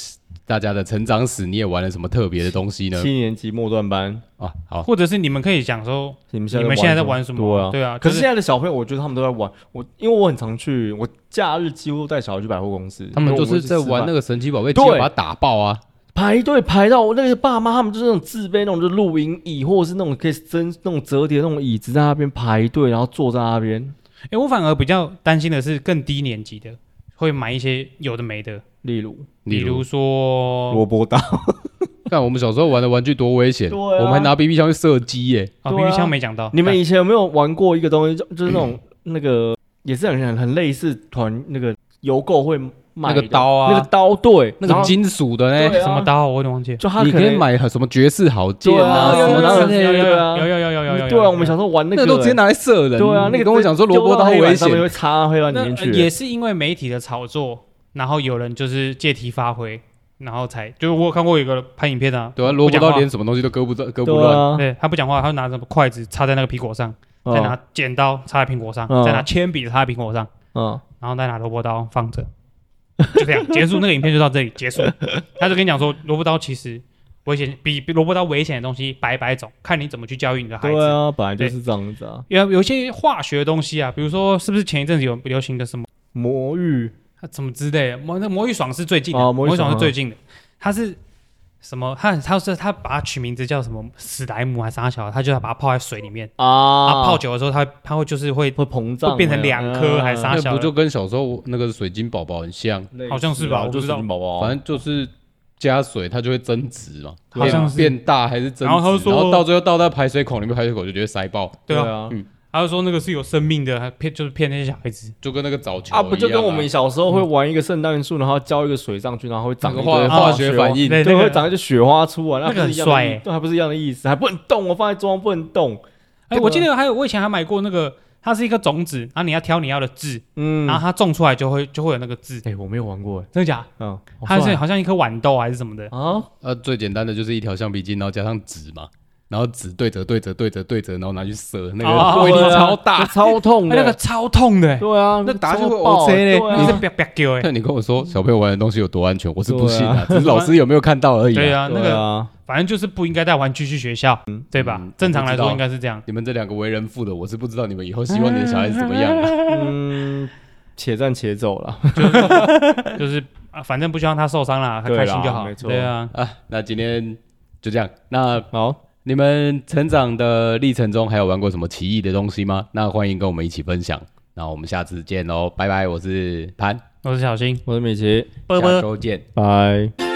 大家的成长史，你也玩了什么特别的东西呢？ 七年级末段班啊，好，或者是你们可以讲说，你们现在在玩什么？ 对啊， 对啊。 可是现在的小朋友，我觉得他们都在玩。我因为我很常去，我假日几乎带小孩去百货公司， 他们就是在玩那个神奇宝贝，对，把它打爆啊！ 排队排到那个爸妈，他们就是那种自备那种就是露营椅，或者是那种可以增那种折叠那种椅子，在那边排队，然后坐在那边。 哎、欸，我反而比较担心的是更低年级的会买一些有的没的， 例如， 比如说萝卜刀。 看我们小时候玩的玩具多危险， 啊、 我们还拿 B B 枪去射击耶。 啊 ，B B 枪没讲到。 你们以前有没有玩过一个东西，就就是那种那个也是很很类似团那个邮购会卖那个刀啊， 那个刀对， 那个金属的呢、 啊，什么刀我有点忘记。 就他你可以买什么绝世好剑啊， 什么之类的， 有有有有有有。 对啊，我们小时候玩那个， 那都直接拿来射人。 对啊，那个跟我讲说萝卜刀危险， 会插会往里面去。 也是因为媒体的炒作，然后有人就是借题发挥。然后才就是我有看过有个拍影片啊， 对啊，萝卜刀连什么东西都割不割不乱， 对他不讲话，他拿着筷子插在那个苹果上，再拿剪刀插在苹果上，再拿铅笔插在苹果上，嗯，然后再拿萝卜刀放着，就这样结束那个影片就到这里结束。他就跟你讲说，萝卜刀其实危险，比萝卜刀危险的东西百百种，看你怎么去教育你的孩子。 对啊，本来就是这样子啊。 有有些化学的东西啊，比如说是不是前一阵子有流行的什么魔芋？ 怎么之类的？魔那魔芋爽是最近的，哦、魔芋爽是最近的。它是什么？他他是他把它取名字叫什么史莱姆还是啥小的？他就要把它泡在水里面啊。泡久的时候，它它会就是会会膨胀， 会变成两颗还是啥小的？ 那不就跟小时候那个水晶宝宝很像？ 好像是吧？我不知道。 宝宝， 反正就是加水，它就会增值嘛， 好像是变大还是增值？ 然后他说， 然后到最后倒在排水孔里面，排水孔就觉得塞爆。 对啊，嗯。他就说那个是有生命的，还骗就是骗那些小孩子， 就跟那个藻球啊，不就跟我们小时候会玩一个圣诞树，然后浇一个水上去，然后会长一个化学反应， 对，会长一些雪花出来， 那个很帅， 对，还不是一样的意思，还不能动，我放在桌上不能动。 哎，我记得还有我以前还买过那个，它是一个种子，然后你要挑你要的字，嗯，然后它种出来就会就会有那个字。 哎，我没有玩过， 真的假？嗯，它是好像一颗豌豆还是什么的啊？呃，最简单的就是一条橡皮筋，然后加上纸嘛。然后纸对折对折对折对折，然后拿去射，那个威力超大， 超痛的， 那个超痛的。 对啊， 那打就会 O C 嘞。 你是啪啪叫哎。 那你跟我说小朋友玩的东西有多安全，我是不信啊，只是老师有没有看到而已。 对啊，那个反正就是不应该带玩具去学校，对吧？正常来说应该是这样。 你们这两个为人父的，我是不知道你们以后希望你的小孩子怎么样啊。 嗯，且战且走了， 就是反正不希望他受伤啦，他开心就好。没错，对啊。 啊，那今天就这样。那好。你们成长的历程中还有玩过什么奇异的东西吗？那欢迎跟我们一起分享。那我们下次见喽，拜拜！我是潘， 我是小新， 我是美琪， 下周见， 拜。